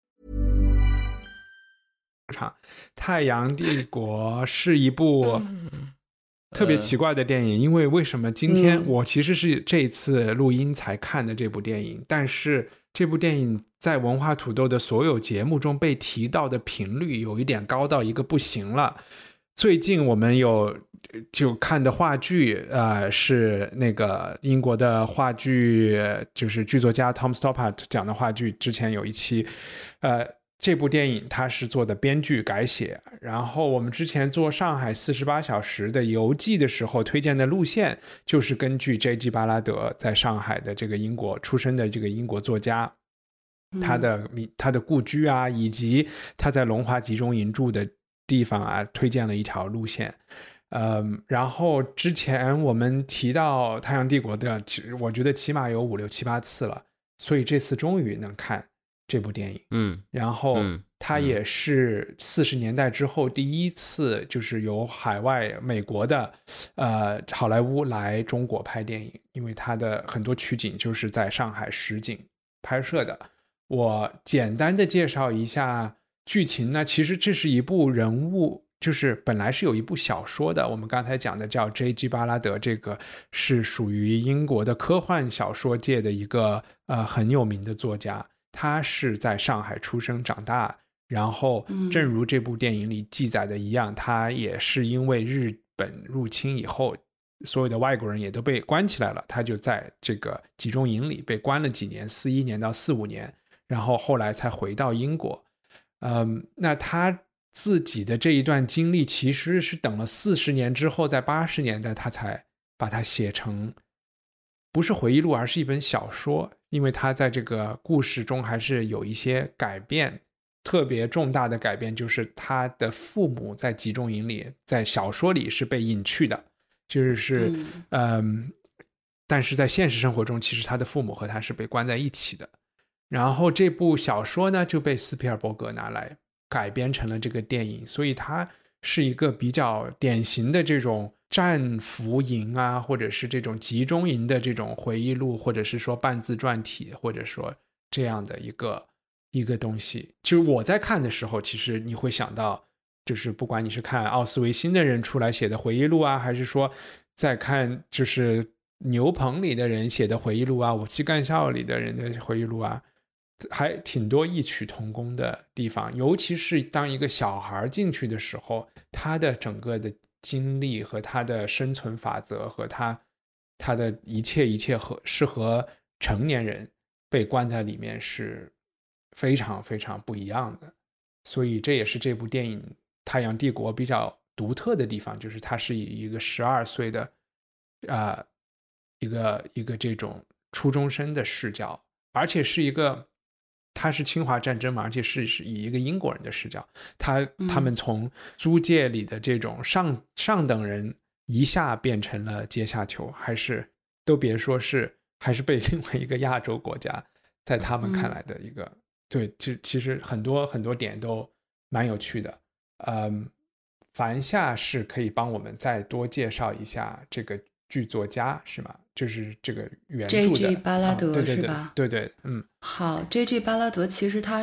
C: 太阳帝国是一部特别奇怪的电影，因为为什么今天我其实是这一次录音才看的这部电影，但是这部电影在文化土豆的所有节目中被提到的频率有一点高到一个不行了。最近我们有就看的话剧，呃，是那个英国的话剧，就是剧作家 Tom Stoppard 讲的话剧，之前有一期，呃。这部电影它是做的编剧改写，然后我们之前做上海四十八小时的游记的时候推荐的路线就是根据 J G 巴拉德在上海的这个英国出生的这个英国作家，他的他的故居啊，以及他在龙华集中营住的地方啊，推荐了一条路线。嗯，然后之前我们提到太阳帝国的，我觉得起码有五六七八次了，所以这次终于能看这部电影。嗯，然后它也是四十年代之后第一次就是由海外美国的呃好莱坞来中国拍电影，因为它的很多取景就是在上海实景拍摄的。我简单的介绍一下剧情呢，其实这是一部人物，就是本来是有一部小说的，我们刚才讲的叫 J G 巴拉德，这个是属于英国的科幻小说界的一个呃很有名的作家，他是在上海出生长大，然后正如这部电影里记载的一样，他也是因为日本入侵以后所有的外国人也都被关起来了，他就在这个集中营里被关了几年，四一年到四五年，然后后来才回到英国。嗯，那他自己的这一段经历其实是等了四十年之后，在八十年代他才把它写成不是回忆录，而是一本小说，因为他在这个故事中还是有一些改变，特别重大的改变就是他的父母在集中营里，在小说里是被隐去的，就是嗯、呃，但是在现实生活中其实他的父母和他是被关在一起的。然后这部小说呢就被斯皮尔伯格拿来改编成了这个电影，所以它是一个比较典型的这种战俘营啊，或者是这种集中营的这种回忆录，或者是说半自传体，或者说这样的一个一个东西。就是我在看的时候，其实你会想到，就是不管你是看奥斯维辛的人出来写的回忆录啊，还是说在看就是牛棚里的人写的回忆录啊，武器干校里的人的回忆录啊，还挺多异曲同工的地方。尤其是当一个小孩进去的时候，他的整个的经历和他的生存法则和他他的一切一切和是和成年人被关在里面是非常非常不一样的。所以这也是这部电影《太阳帝国》比较独特的地方，就是它是以一个十二岁的啊、呃、一个一个这种初中生的视角，而且是一个他是侵华战争嘛，而且是是以一个英国人的视角，他他们从租界里的这种上上等人一下变成了阶下囚，还是都别说是还是被另外一个亚洲国家在他们看来的一个、嗯、对，其其实很多很多点都蛮有趣的。嗯，樊夏是可以帮我们再多介绍一下这个剧作家是吗？就是这个原著的
D: J G 巴拉德、
C: 哦、对对对
D: 是吧？
C: 对对，嗯，
D: 好 ，J G 巴拉德其实他是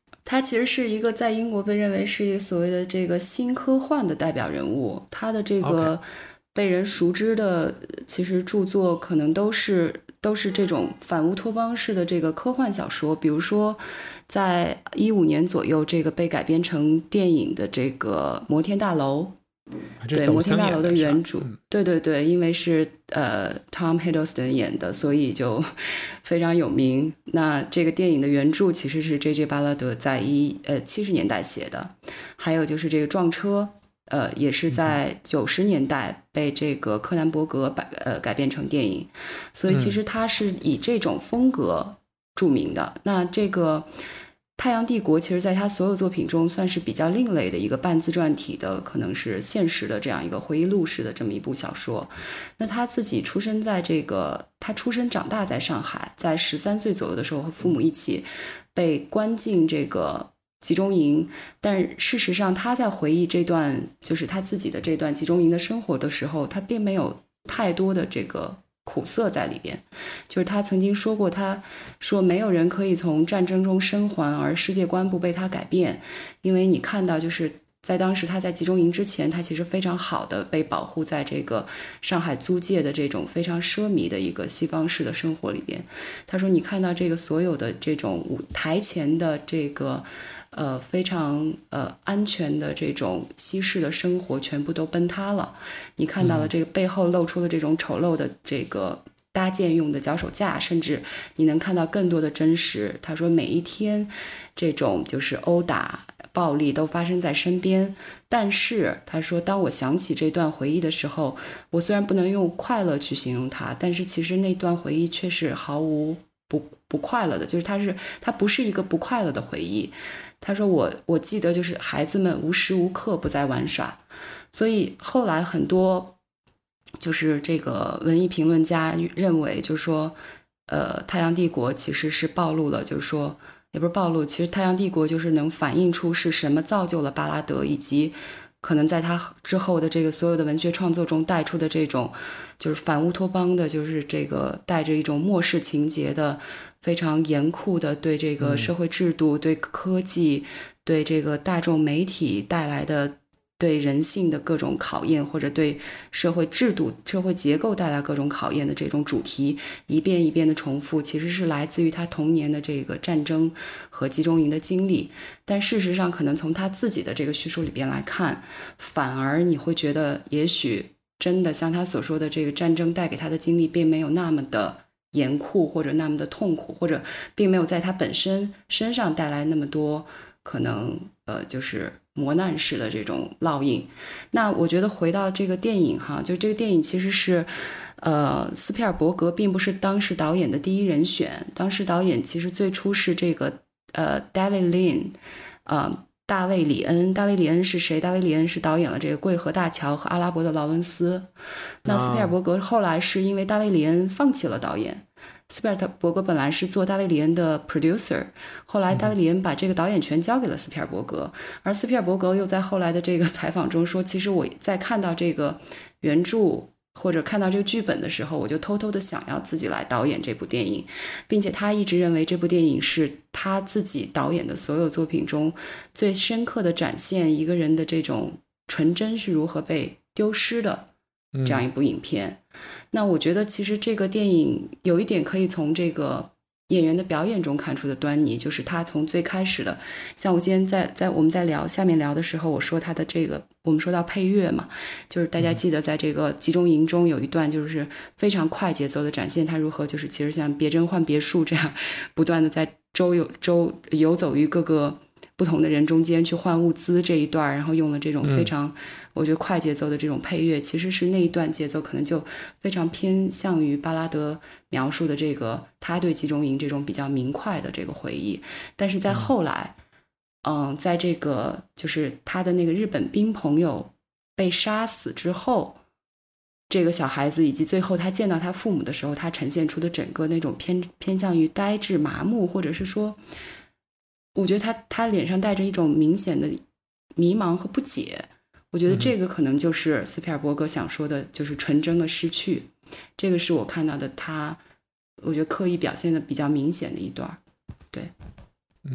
D: 他其实是一个在英国被认为是一个所谓的这个新科幻的代表人物，他的这个被人熟知的其实著作可能都是都是这种反乌托邦式的这个科幻小说，比如说在一五年左右这个被改编成电影的这个摩天大楼，对，摩天大楼的原著、嗯、对对对，因为是呃 Tom Hiddleston 演的，所以就非常有名。那这个电影的原著其实是 J J 巴拉德在一呃七十年代写的，还有就是这个撞车呃也是在九十年代被这个柯南伯格改呃改编成电影，所以其实他是以这种风格著名的。嗯、那这个太阳帝国其实在他所有作品中算是比较另类的一个半自传体的，可能是现实的这样一个回忆录式的这么一部小说。那他自己出生在这个他出生长大在上海，在十三岁左右的时候和父母一起被关进这个集中营，但事实上他在回忆这段就是他自己的这段集中营的生活的时候，他并没有太多的这个苦涩在里边。就是他曾经说过，他说没有人可以从战争中生还，而世界观不被他改变。因为你看到就是在当时他在集中营之前，他其实非常好的被保护在这个上海租界的这种非常奢靡的一个西方式的生活里边。他说你看到这个所有的这种舞台前的这个呃非常呃安全的这种西式的生活全部都崩塌了，你看到了这个背后露出了这种丑陋的这个搭建用的脚手架，甚至你能看到更多的真实。他说每一天这种就是殴打暴力都发生在身边，但是他说当我想起这段回忆的时候，我虽然不能用快乐去形容它，但是其实那段回忆却是毫无不不快乐的，就是它是它不是一个不快乐的回忆。他说我我记得就是孩子们无时无刻不在玩耍。所以后来很多就是这个文艺评论家认为，就是说呃太阳帝国其实是暴露了，就是说也不是暴露，其实太阳帝国就是能反映出是什么造就了巴拉德，以及可能在他之后的这个所有的文学创作中带出的这种就是反乌托邦的，就是这个带着一种末世情节的非常严酷的对这个社会制度、嗯、对科技、对这个大众媒体带来的对人性的各种考验，或者对社会制度、社会结构带来各种考验的这种主题一遍一遍的重复，其实是来自于他童年的这个战争和集中营的经历。但事实上可能从他自己的这个叙述里边来看，反而你会觉得也许真的像他所说的，这个战争带给他的经历并没有那么的严酷，或者那么的痛苦，或者并没有在他本身身上带来那么多可能呃就是磨难式的这种烙印。那我觉得回到这个电影哈，就这个电影其实是呃斯皮尔伯格并不是当时导演的第一人选，当时导演其实最初是这个呃 David Lean 呃大卫里恩。大卫里恩是谁？大卫里恩是导演了这个贵河大桥和阿拉伯的劳伦斯。那斯皮尔伯格后来是因为大卫里恩放弃了导演，斯皮尔伯格本来是做大卫里恩的 producer， 后来大卫里恩把这个导演权交给了斯皮尔伯格，而斯皮尔伯格又在后来的这个采访中说，其实我在看到这个原著或者看到这个剧本的时候，我就偷偷的想要自己来导演这部电影，并且他一直认为这部电影是他自己导演的所有作品中最深刻的展现一个人的这种纯真是如何被丢失的这样一部影片。嗯，那我觉得其实这个电影有一点可以从这个演员的表演中看出的端倪，就是他从最开始的，像我今天在在我们在聊下面聊的时候，我说他的这个我们说到配乐嘛，就是大家记得在这个集中营中有一段就是非常快节奏的展现他如何就是其实像别针换别墅这样不断的在周游周游走于各个不同的人中间去换物资这一段，然后用了这种非常、嗯、我觉得快节奏的这种配乐，其实是那一段节奏可能就非常偏向于巴拉德描述的这个他对集中营这种比较明快的这个回忆。但是在后来嗯，在这个就是他的那个日本兵朋友被杀死之后，这个小孩子以及最后他见到他父母的时候，他呈现出的整个那种偏偏向于呆滞麻木，或者是说我觉得他他脸上带着一种明显的迷茫和不解。我觉得这个可能就是斯皮尔伯格想说的，就是纯真的失去。这个是我看到的他我觉得刻意表现的比较明显的一段。对，
C: 嗯，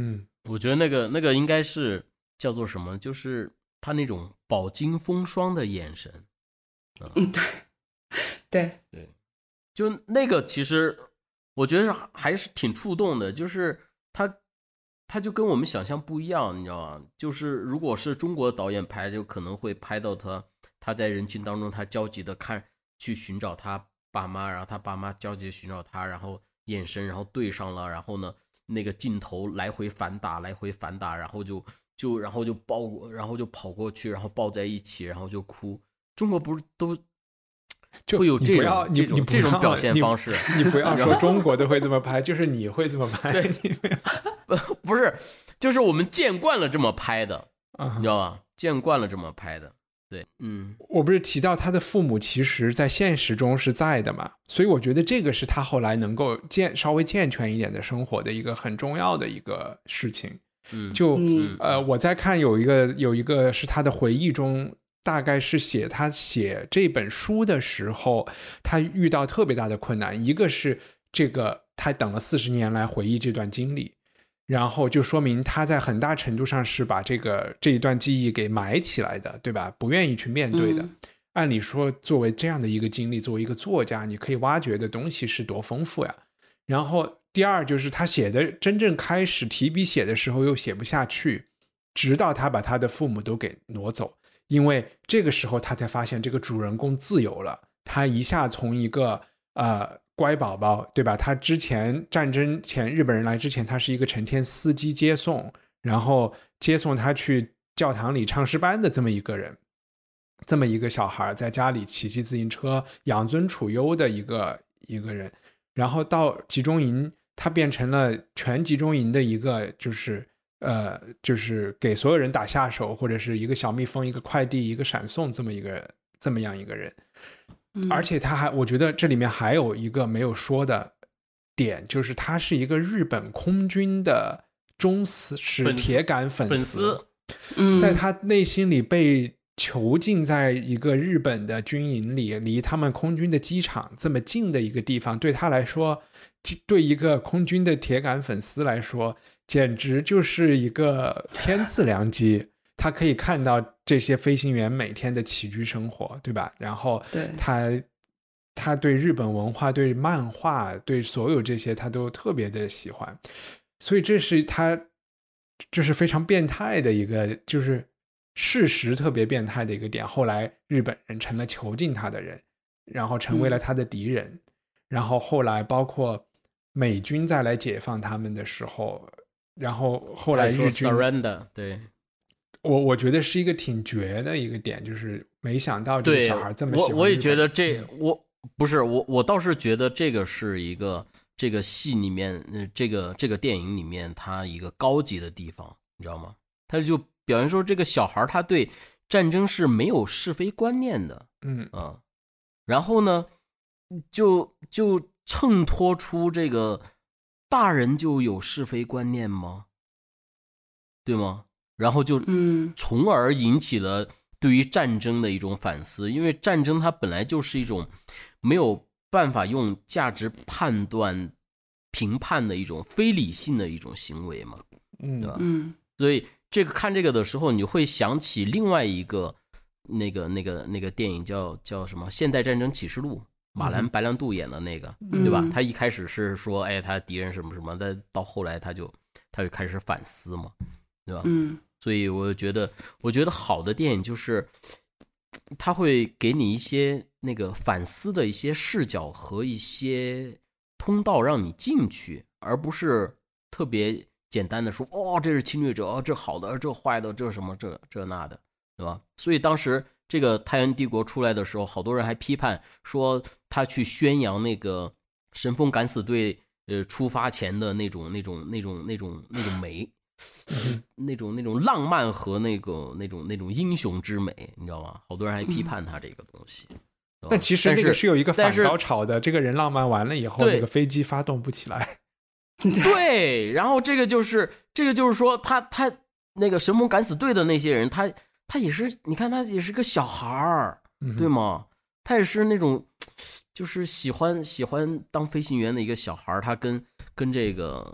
E: 我觉得那个那个应该是叫做什么，就是他那种饱经风霜的眼神。
D: 嗯，对对
E: 对，就那个其实我觉得还是挺触动的，就是他他就跟我们想象不一样，你知道吗？就是如果是中国导演拍，就可能会拍到他他在人群当中，他焦急的看去寻找他爸妈，然后他爸妈焦急地寻找他，然后眼神然后对上了，然后呢那个镜头来回反打来回反打，然后就就然后就抱过，然后就跑过去，然后抱在一起，然后就哭。中国不是都
C: 就
E: 会有这种
C: 你
E: 这种这种表现方式？
C: 你不要说中国都会这么拍，就是你会这么拍。
E: 对，不是，就是我们见惯了这么拍的，
C: 你
E: 知道吧？见惯了这么拍的。对，嗯，
C: 我不是提到他的父母其实在现实中是在的嘛，所以我觉得这个是他后来能够健稍微健全一点的生活的一个很重要的一个事情。
E: 嗯，
C: 就、
E: 嗯、
C: 呃，我在看有一个有一个是他的回忆中。大概是写他写这本书的时候，他遇到特别大的困难。一个是这个他等了四十年来回忆这段经历，然后就说明他在很大程度上是把这个这一段记忆给埋起来的，对吧？不愿意去面对的。
D: 嗯、
C: 按理说，作为这样的一个经历，作为一个作家，你可以挖掘的东西是多丰富呀。然后第二就是他写的真正开始提笔写的时候又写不下去，直到他把他的父母都给挪走。因为这个时候他才发现这个主人公自由了，他一下从一个呃乖宝宝，对吧？他之前战争前日本人来之前，他是一个成天司机接送，然后接送他去教堂里唱诗班的这么一个人，这么一个小孩，在家里骑骑自行车，养尊处优的一个一个人，然后到集中营，他变成了全集中营的一个就是。呃，就是给所有人打下手，或者是一个小蜜蜂、一个快递、一个闪送这么一个这么样一个人。
D: 嗯、
C: 而且他还，我觉得这里面还有一个没有说的点，就是他是一个日本空军的忠实铁杆粉丝。粉丝
D: 嗯，
C: 在他内心里被囚禁在一个日本的军营里，离他们空军的机场这么近的一个地方，对他来说，对一个空军的铁杆粉丝来说。简直就是一个天赐良机，他可以看到这些飞行员每天的起居生活，对吧？然后他他对日本文化、对漫画、对所有这些他都特别的喜欢，所以这是他就是非常变态的一个，就是事实特别变态的一个点。后来日本人成了囚禁他的人，然后成为了他的敌人，嗯、然后后来包括美军再来解放他们的时候。然后后来日军
E: surrender， 对，
C: 我我觉得是一个挺绝的一个点，就是没想到这个小孩这么喜欢日本。
E: 我我也觉得这我不是我我倒是觉得这个是一个这个戏里面，呃、这个这个电影里面它一个高级的地方，你知道吗？他就表现说这个小孩他对战争是没有是非观念的，
C: 嗯
E: 啊，然后呢，就就衬托出这个。大人就有是非观念吗？对吗？然后就从而引起了对于战争的一种反思，因为战争它本来就是一种没有办法用价值判断评判的一种非理性的一种行为嘛，
C: 嗯，
E: 对吧？
D: 嗯，
E: 所以这个看这个的时候，你会想起另外一个那个那个那个电影叫叫什么《现代战争启示录》。马兰白兰度演的那个，
D: 嗯、
E: 对吧？他一开始是说，哎，他敌人什么什么，但到后来他就他就开始反思嘛，对吧？
D: 嗯，
E: 所以我觉得，我觉得好的电影就是他会给你一些那个反思的一些视角和一些通道，让你进去，而不是特别简单的说，哦，这是侵略者，哦，这好的，这坏的，这什么这这那的，对吧？所以当时。这个太阳帝国出来的时候，好多人还批判说他去宣扬那个神风敢死队呃出发前的那种那种那种那种那种美，那种那种浪漫和那个那种那种英雄之美，你知道吗？好多人还批判他这个东西。
C: 嗯、但其实那个是有一个反高潮的，这个人浪漫完了以后，那个飞机发动不起来。
E: 对，然后这个就是这个就是说他他那个神风敢死队的那些人，他。他也是，你看他也是个小孩儿，对吗？他也是那种，就是喜欢喜欢当飞行员的一个小孩儿。他跟跟这个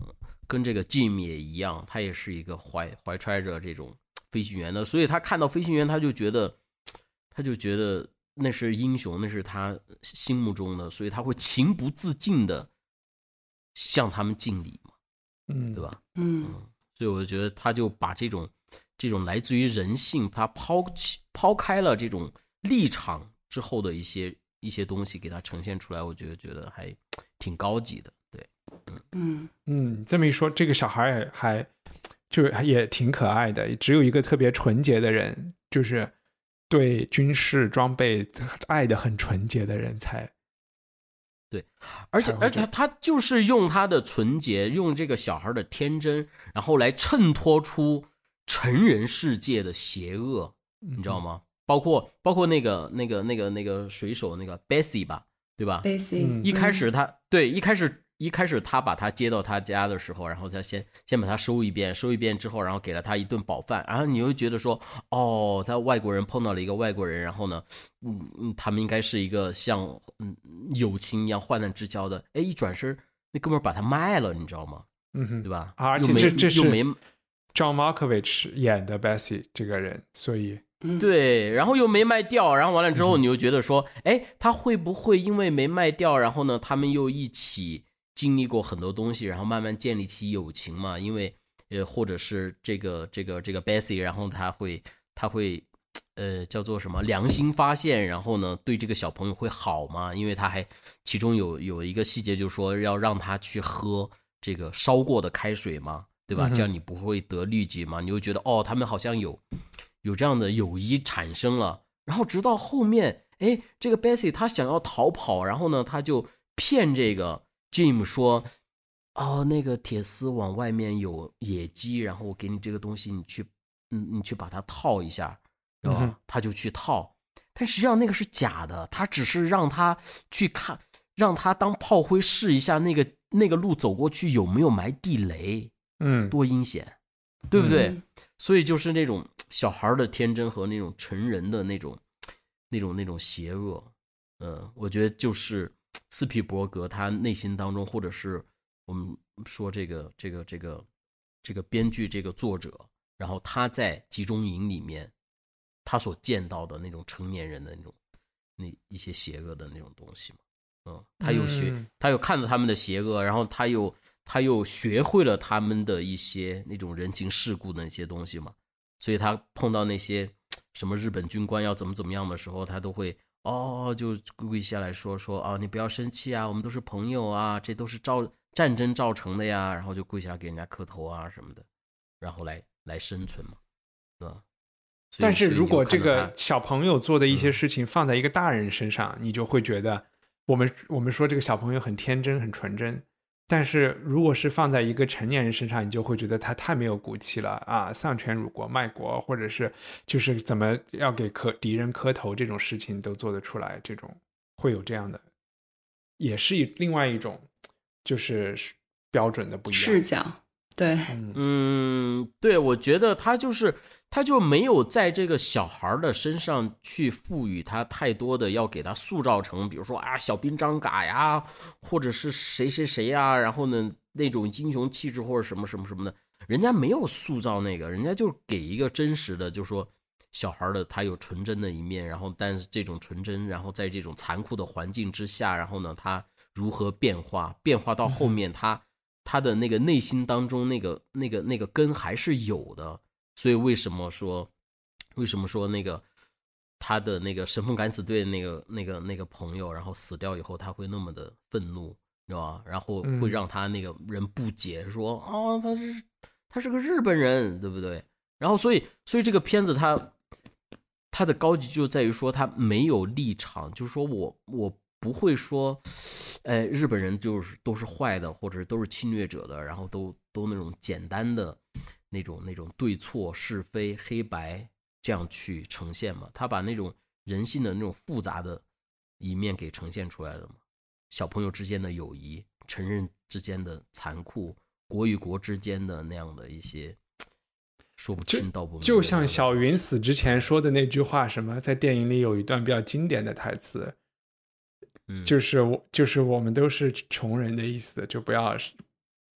E: 跟这个 Jim 也一样，他也是一个怀怀揣着这种飞行员的，所以他看到飞行员，他就觉得，他就觉得那是英雄，那是他心目中的，所以他会情不自禁的向他们敬礼嘛，
C: 嗯，
E: 对吧？
D: 嗯，
E: 嗯，所以我觉得他就把这种这种来自于人性，他抛弃抛开了这种立场之后的一些一些东西给他呈现出来，我觉得觉得还挺高级的，对，嗯
D: 嗯
C: 嗯，这么一说，这个小孩也还就也挺可爱的，只有一个特别纯洁的人，就是对军事装备爱的很纯洁的人才。
E: 对，而且而且他就是用他的纯洁，用这个小孩的天真，然后来衬托出成人世界的邪恶，你知道吗？包括包括那个那个那个那个水手那个 Bessie 吧，对吧
D: ，Bessie，、嗯、
E: 一开始他对一开始一开始他把他接到他家的时候，然后他先先把他收一遍，收一遍之后，然后给了他一顿饱饭，然后你又觉得说，哦，他外国人碰到了一个外国人，然后呢，嗯嗯，他们应该是一个像嗯友情一样患难之交的，哎，一转身那哥们儿把他卖了，你知道吗？
C: 嗯哼，
E: 对吧？
C: 而且这这是
E: 又没
C: John Malkovich 演的 Bessie 这个人，所以。
E: 对，然后又没卖掉，然后完了之后你又觉得说，哎，他会不会因为没卖掉，然后呢，他们又一起经历过很多东西，然后慢慢建立起友情嘛？因为呃，或者是这个这个这个 Bessie， 然后他会他会呃叫做什么良心发现，然后呢对这个小朋友会好嘛？因为他还其中有有一个细节，就是说要让他去喝这个烧过的开水嘛，对吧？这样你不会得痢疾嘛？你会觉得哦，他们好像有。有这样的友谊产生了，然后直到后面，哎，这个 Bessie 他想要逃跑，然后呢，他就骗这个 Jim 说，哦，那个铁丝网外面有野鸡，然后我给你这个东西，你去，嗯，你去把它套一下，知道吧？嗯、他就去套，但实际上那个是假的，他只是让他去看，让他当炮灰试一下那个那个路走过去有没有埋地雷，
C: 嗯，
E: 多阴险，对不对？
D: 嗯、
E: 所以就是那种。小孩的天真和那种成人的那种、那种、那种邪恶，呃，我觉得就是斯皮伯格他内心当中，或者是我们说这个、这个、这个、这个编剧、这个作者，然后他在集中营里面，他所见到的那种成年人的那种、那一些邪恶的那种东西嘛，嗯，他又学，
C: 嗯、
E: 他又看到他们的邪恶，然后他又他又学会了他们的一些那种人情世故的那些东西嘛。所以他碰到那些什么日本军官要怎么怎么样的时候，他都会哦就跪下来说说啊，你不要生气啊，我们都是朋友啊，这都是造战争造成的呀，然后就跪下来给人家磕头啊什么的，然后来来生存嘛，对吧？
C: 但是如果这个小朋友做的一些事情放在一个大人身上，嗯、你就会觉得我们我们说这个小朋友很天真很纯真。但是如果是放在一个成年人身上，你就会觉得他太没有骨气了啊！丧权辱国卖国，或者是就是怎么要给磕敌人磕头这种事情都做得出来，这种会有这样的，也是另外一种就是标准的不一样
D: 视角。对，
E: 嗯，对，我觉得他就是他就没有在这个小孩的身上去赋予他太多的要给他塑造成，比如说啊小兵张嘎呀，或者是谁谁谁呀，然后呢那种英雄气质或者什么什么什么的，人家没有塑造那个，人家就给一个真实的，就说小孩的他有纯真的一面，然后但是这种纯真，然后在这种残酷的环境之下，然后呢他如何变化，变化到后面他。嗯他的那个内心当中那个那个那个根还是有的，所以为什么说为什么说那个他的那个神风敢死队的那个那个那个朋友，然后死掉以后他会那么的愤怒，知道吧？然后会让他那个人不解说，嗯、哦，他是他是个日本人，对不对？然后所以所以这个片子它它的高级就在于说他没有立场，就是说我我不会说。哎，日本人就是都是坏的，或者都是侵略者的，然后都都那种简单的那种那种对错是非黑白这样去呈现嘛？他把那种人性的那种复杂的一面给呈现出来了嘛？小朋友之间的友谊，成人之间的残酷，国与国之间的那样的一些说不清道不明。
C: 就像小云死之前说的那句话，什么在电影里有一段比较经典的台词。就是就是我们都是穷人的意思，就不要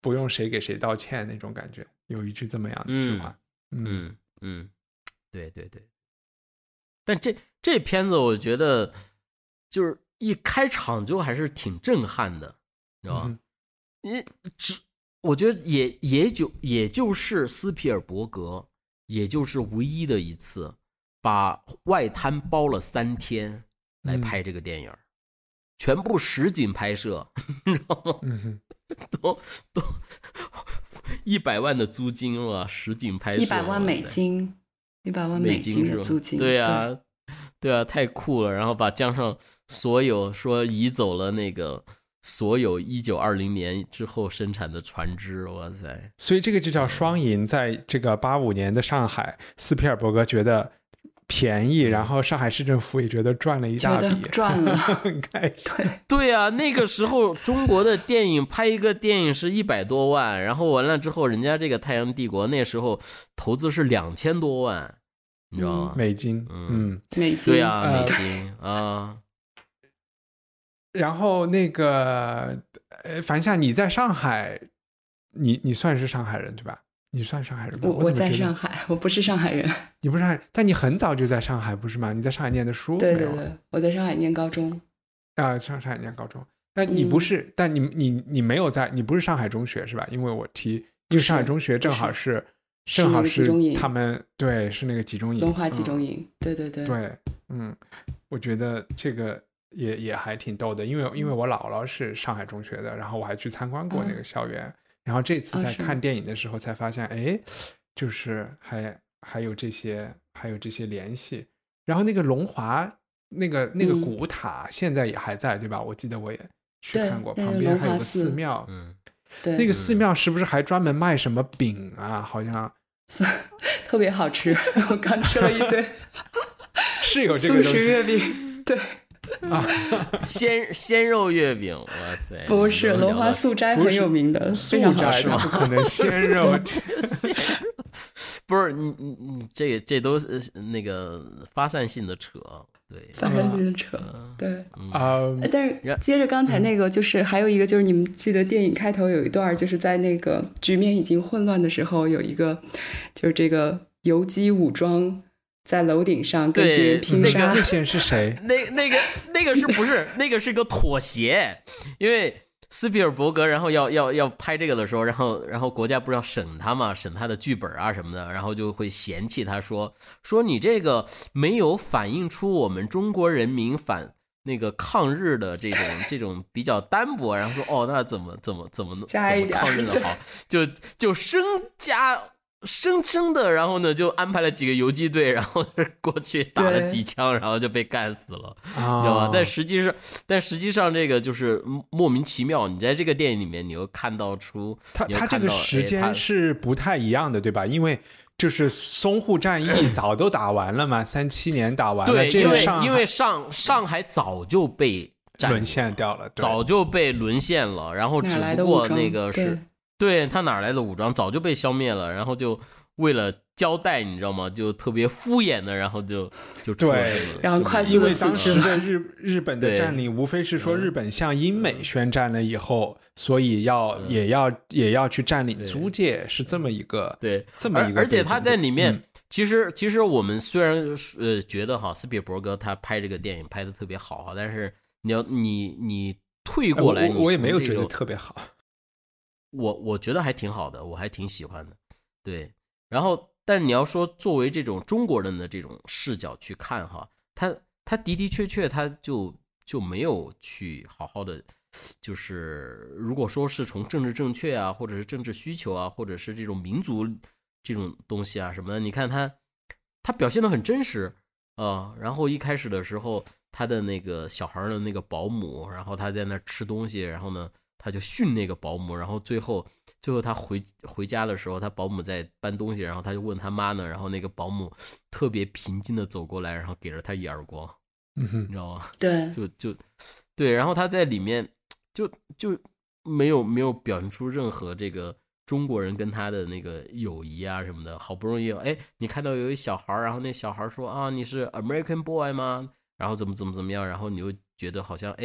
C: 不用谁给谁道歉那种感觉，有一句这么样的一句话。
E: 嗯 嗯, 嗯, 嗯，对对对。但这这片子我觉得就是一开场就还是挺震撼的，你知道吧？因为只我觉得也也就也就是斯皮尔伯格，也就是唯一的一次把外滩包了三天来拍这个电影，嗯、全部实景拍摄，你知道吗？
C: 嗯、
E: 都都一百万的租金了，实景拍摄
D: 一百万美金，一百万美金的租金，
E: 对啊，对, 对啊，太酷了！然后把江上所有说移走了那个。所有一九二零年之后生产的船只，哇塞！
C: 所以这个就叫双赢。在这个八五年的上海，斯皮尔伯格觉得便宜，然后上海市政府也觉得赚了一大笔，
D: 赚了，
C: 很开心。
D: 对
E: 对啊，那个时候中国的电影拍一个电影是一百多万，然后完了之后，人家这个太阳帝国那时候投资是两千多万，你知道吗？
C: 美金，嗯，
D: 美金，
E: 对啊，美金啊。
C: 然后那个，呃，樊夏，你在上海，你你算是上海人对吧？你算上海人吗？
D: 我我在上海，我不是上海人。
C: 你不是上海，但你很早就在上海，不是吗？你在上海念的书？
D: 对对对，我在上海念高中。
C: 啊，上海念高中，但你不是，嗯、但你你你没有在，你不是上海中学是吧？因为我提，因为上海中学正好是，
D: 是
C: 正好是他们对，是那个集中营，
D: 文化集中营，嗯、对对对
C: 对，嗯，我觉得这个。也也还挺逗的，因为因为我姥姥是上海中学的，然后我还去参观过那个校园，嗯、然后这次在看电影的时候才发现，哎、哦，就是还还有这些还有这些联系。然后那个龙华那个那个古塔现在也还在，嗯、对吧？我记得我也去看过，旁边还有个寺庙，
E: 嗯，
D: 对，
C: 那个寺庙是不是还专门卖什么饼啊？好像
D: 特别好吃，我刚吃了一堆，
C: 是有这个东西，
D: 素食月饼，对。
C: 啊，
E: 鲜鲜肉月饼，哇塞！
D: 不是，龙华素斋很有名的，非常好吃。
C: 不可能鲜肉，
E: 不是你你你这这都是那个发散性的扯，对，
D: 发散性的扯，对
C: 啊。
D: 但是接着刚才那个，就是还有一个，就是你们记得电影开头有一段，就是在那个局面已经混乱的时候，有一个就是这个游击武装。在楼顶上跟别人拼杀，
C: 那个线是谁？
E: 那那个那个是不是那个是个妥协？因为斯皮尔伯格，然后要要要拍这个的时候，然后然后国家不是要审他嘛，审他的剧本啊什么的，然后就会嫌弃他说说你这个没有反映出我们中国人民反那个抗日的这种这种比较单薄，然后说哦，那怎么怎么怎么怎么抗日的好，就就生加。生生的，然后呢，就安排了几个游击队，然后过去打了几枪，然后就被干死了，知道吧？但实际上，但实际上这个就是莫名其妙。你在这个电影里面，你又看到出，
C: 他他这个时间是不太一样的，对吧？因为就是淞沪战役早都打完了嘛，三七年打完了，
E: 对，
C: 这个上
E: 因为上上海早就被
C: 沦陷掉了，
E: 早就被沦陷了，然后只不过那个是。对他哪来的武装早就被消灭了，然后就为了交代，你知道吗？就特别敷衍的，然后就就出来
C: 对，
D: 然后快速的
C: 当时的日日本的占领，无非是说日本向英美宣战了以后，所以要、嗯、也要也要去占领租界，是这么一个
E: 对
C: 这么一个。
E: 而且他在里面，
C: 嗯、
E: 其实其实我们虽然呃觉得哈斯皮尔伯格他拍这个电影拍的特别好哈，但是你要你你退过来，
C: 我我也没有觉得特别好。
E: 我我觉得还挺好的，我还挺喜欢的，对。然后，但是你要说作为这种中国人的这种视角去看哈，他他的的确确他就就没有去好好的，就是如果说是从政治正确啊，或者是政治需求啊，或者是这种民族这种东西啊什么的，你看他他表现得很真实啊、呃。然后一开始的时候，他的那个小孩的那个保姆，然后他在那吃东西，然后呢。他就训那个保姆，然后最后最后他回回家的时候，他保姆在搬东西，然后他就问他妈呢，然后那个保姆特别平静的走过来，然后给了他一耳光，
C: 嗯哼，
E: 你知道吗？
D: 对，
E: 就就对，然后他在里面就就没有没有表现出任何这个中国人跟他的那个友谊啊什么的，好不容易哎，你看到有一小孩，然后那小孩说啊你是 American boy 吗？然后怎么怎么怎么样，然后你又觉得好像哎。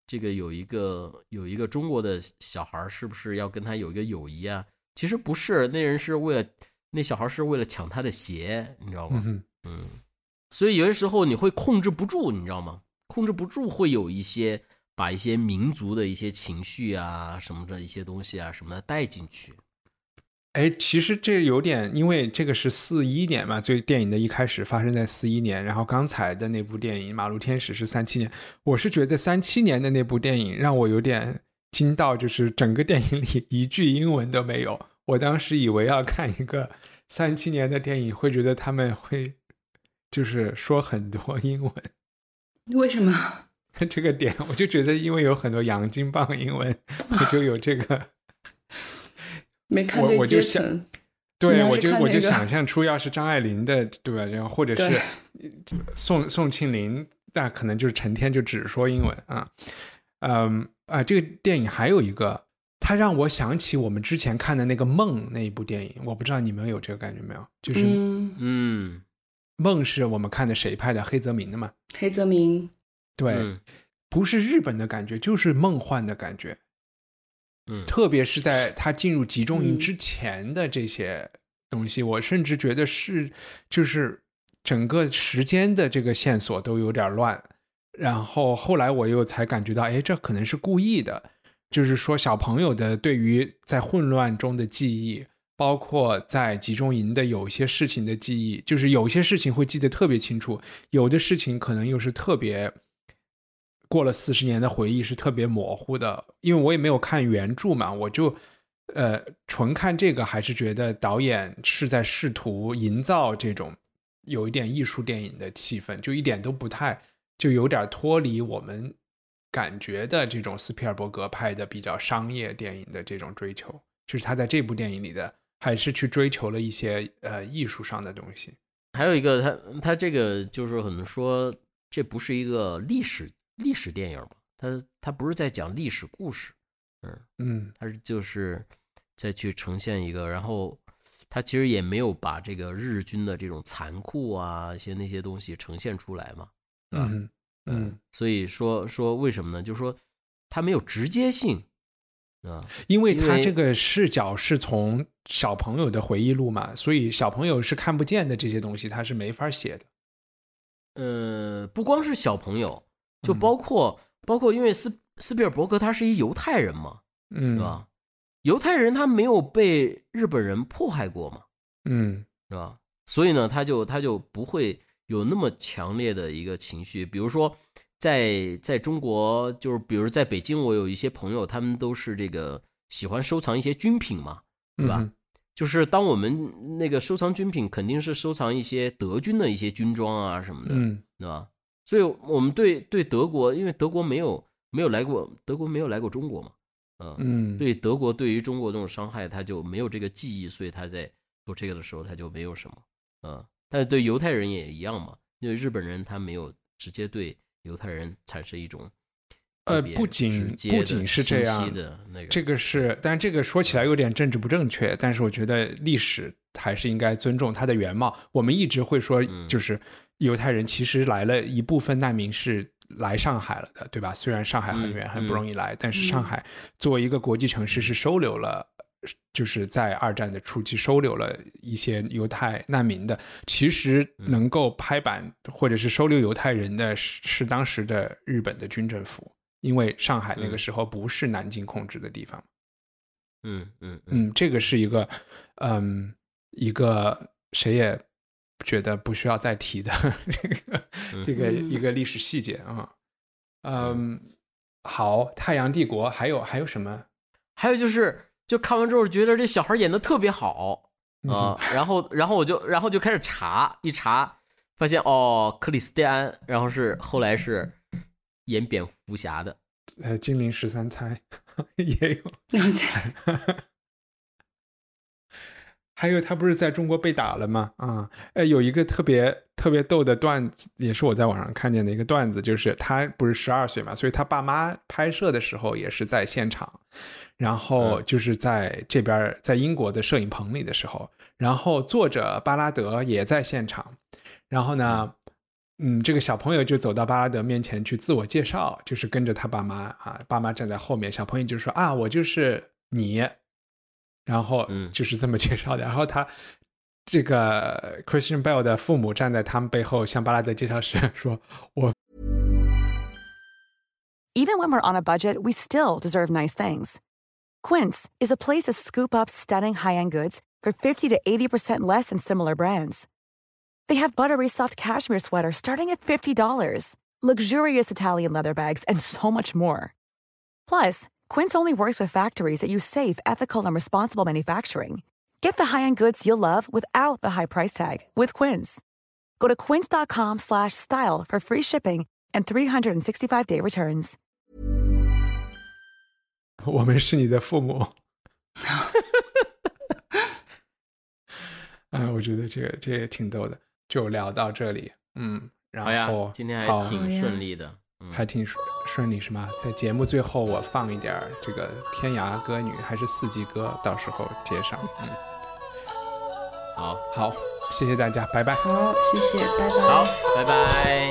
E: 这个有一个有一个中国的小孩是不是要跟他有一个友谊啊？其实不是，那人是为了那小孩是为了抢他的鞋，你知道吗？嗯嗯，所以有些时候你会控制不住，你知道吗？控制不住会有一些把一些民族的一些情绪啊什么的一些东西啊什么的带进去。
C: 哎，其实这有点，因为这个是四一年嘛，所以电影的一开始发生在四一年，然后刚才的那部电影《马路天使》是三七年。我是觉得三七年的那部电影让我有点惊到，就是整个电影里一句英文都没有。我当时以为要看一个三七年的电影，会觉得他们会就是说很多英文。
D: 为什么？
C: 这个点我就觉得，因为有很多洋泾浜英文，我就有这个。
D: 没看对阶层，
C: 对，我就我就想象出，要是张爱玲的，对吧？然后或者是宋宋庆龄，那可能就是成天就只说英文啊。嗯啊，这个电影还有一个，它让我想起我们之前看的那个《梦》那一部电影，我不知道你们有这个感觉没有？就是
E: 嗯嗯，
C: 梦是我们看的谁拍的？黑泽明的嘛？
D: 黑泽明，
C: 对，
E: 嗯、
C: 不是日本的感觉，就是梦幻的感觉。
E: 嗯，
C: 特别是在他进入集中营之前的这些东西，嗯、我甚至觉得是就是整个时间的这个线索都有点乱。然后后来我又才感觉到，哎，这可能是故意的，就是说小朋友的对于在混乱中的记忆，包括在集中营的有些事情的记忆，就是有些事情会记得特别清楚，有的事情可能又是特别。过了四十年的回忆是特别模糊的，因为我也没有看原著嘛，我就呃纯看这个，还是觉得导演是在试图营造这种有一点艺术电影的气氛，就一点都不太，就有点脱离我们感觉的这种斯皮尔伯格拍的比较商业电影的这种追求，就是他在这部电影里的还是去追求了一些呃艺术上的东西。
E: 还有一个他他这个就是可能说这不是一个历史历史电影吧，他他不是在讲历史故事，嗯嗯，他是就是再去呈现一个，然后他其实也没有把这个日军的这种残酷啊一些那些东西呈现出来嘛，
C: 嗯嗯，
E: 所以说说为什么呢？就是说他没有直接性啊，
C: 因为他这个视角是从小朋友的回忆录嘛，所以小朋友是看不见的这些东西，他是没法写的。
E: 呃，不光是小朋友。就包括、嗯、包括因为斯斯皮尔伯格他是一犹太人嘛，
C: 嗯，
E: 是吧？犹太人他没有被日本人迫害过嘛，
C: 嗯，
E: 是吧？所以呢，他就他就不会有那么强烈的一个情绪。比如说在在中国，就是比如在北京，我有一些朋友，他们都是这个喜欢收藏一些军品嘛，对吧？
C: 嗯、
E: 就是当我们那个收藏军品，肯定是收藏一些德军的一些军装啊什么的，
C: 嗯，
E: 对吧？所以我们对对德国，因为德国没有没有来过，德国没有来过中国嘛，呃、
C: 嗯，
E: 对德国对于中国这种伤害，他就没有这个记忆，所以他在做这个的时候他就没有什么，呃、但是对犹太人也一样嘛，因为日本人他没有直接对犹太人产生一种
C: 呃，不仅不仅是这样
E: 的那个，
C: 这个是，但是这个说起来有点政治不正确，但是我觉得历史还是应该尊重它的原貌。我们一直会说，就是犹太人其实来了一部分难民是来上海了的，对吧？虽然上海很远，很不容易来，但是上海作为一个国际城市是收留了，就是在二战的初期收留了一些犹太难民的。其实能够拍板或者是收留犹太人的是是当时的日本的军政府。因为上海那个时候不是南京控制的地方，
E: 嗯嗯
C: 嗯，这个是一个，嗯，一个谁也觉得不需要再提的这个、嗯、这个一个历史细节啊，嗯，好，《太阳帝国》还有还有什么？
E: 还有就是，就看完之后觉得这小孩演的特别好啊、呃嗯，然后然后我就然后就开始查，一查发现哦，克里斯蒂安，然后是后来是。演蝙蝠侠的，
C: 呃，精灵十三钗也有，还有他不是在中国被打了吗？啊，呃，有一个特别特别逗的段子，也是我在网上看见的一个段子，就是他不是十二岁嘛，所以他爸妈拍摄的时候也是在现场，然后就是在这边在英国的摄影棚里的时候，然后作者巴拉德也在现场，然后呢。 嗯，这个小朋友就走到巴拉德面前去自我介绍，就是跟着他爸妈啊，爸妈站在后面，小朋友就说啊，我就是你，然后就是这么介绍的。嗯、然后他这个 Christian Bale 的父母站在他们背后，向巴拉德介绍时说，我。
I: Even when we're on a budget, we still deserve nice things. Quince is a place to scoop up stunning high-end goods for fifty to eighty percent less than similar brands. They have buttery soft cashmere sweaters starting at fifty dollars, luxurious Italian leather bags, and so much more. Plus, Quince only works with factories that use safe, ethical, and responsible manufacturing. Get the high-end goods you'll love without the high price tag with Quince. Go to quince.com slash style for free shipping and three sixty-five day returns.
C: 我们是你的父母。哎，我觉得这个这也挺逗的，就聊到这里。嗯，然后
E: 好呀，今天还挺顺利的，
C: 嗯、还挺顺利是吗？在节目最后我放一点这个天涯歌女还是四季歌，到时候接上。嗯，
E: 好，
C: 好，谢谢大家，拜拜。
D: 好，谢谢，拜拜。
E: 好，拜拜。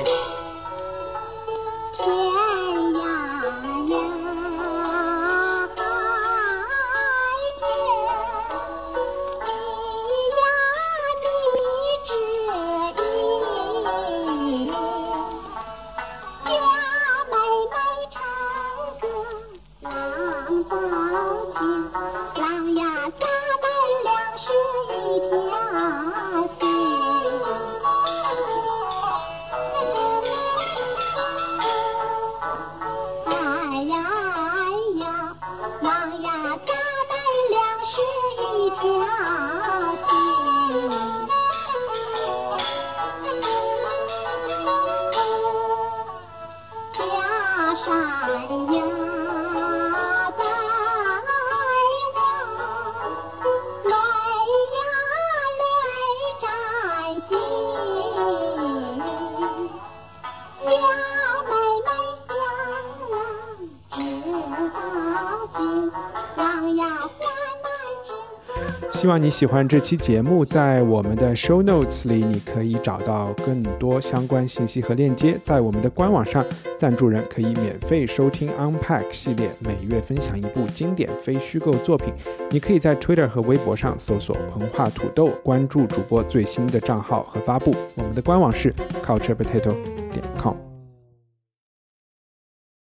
C: 希望你喜欢这期节目，在我们的 show notes 里你可以找到更多相关信息和链接。在我们的官网上，赞助人可以免费收听 Unpack 系列，每月分享一部经典非虚构作品。你可以在 Twitter 和微博上搜索文化土豆，关注主播最新的账号和发布。我们的官网是 culture potato 点 com。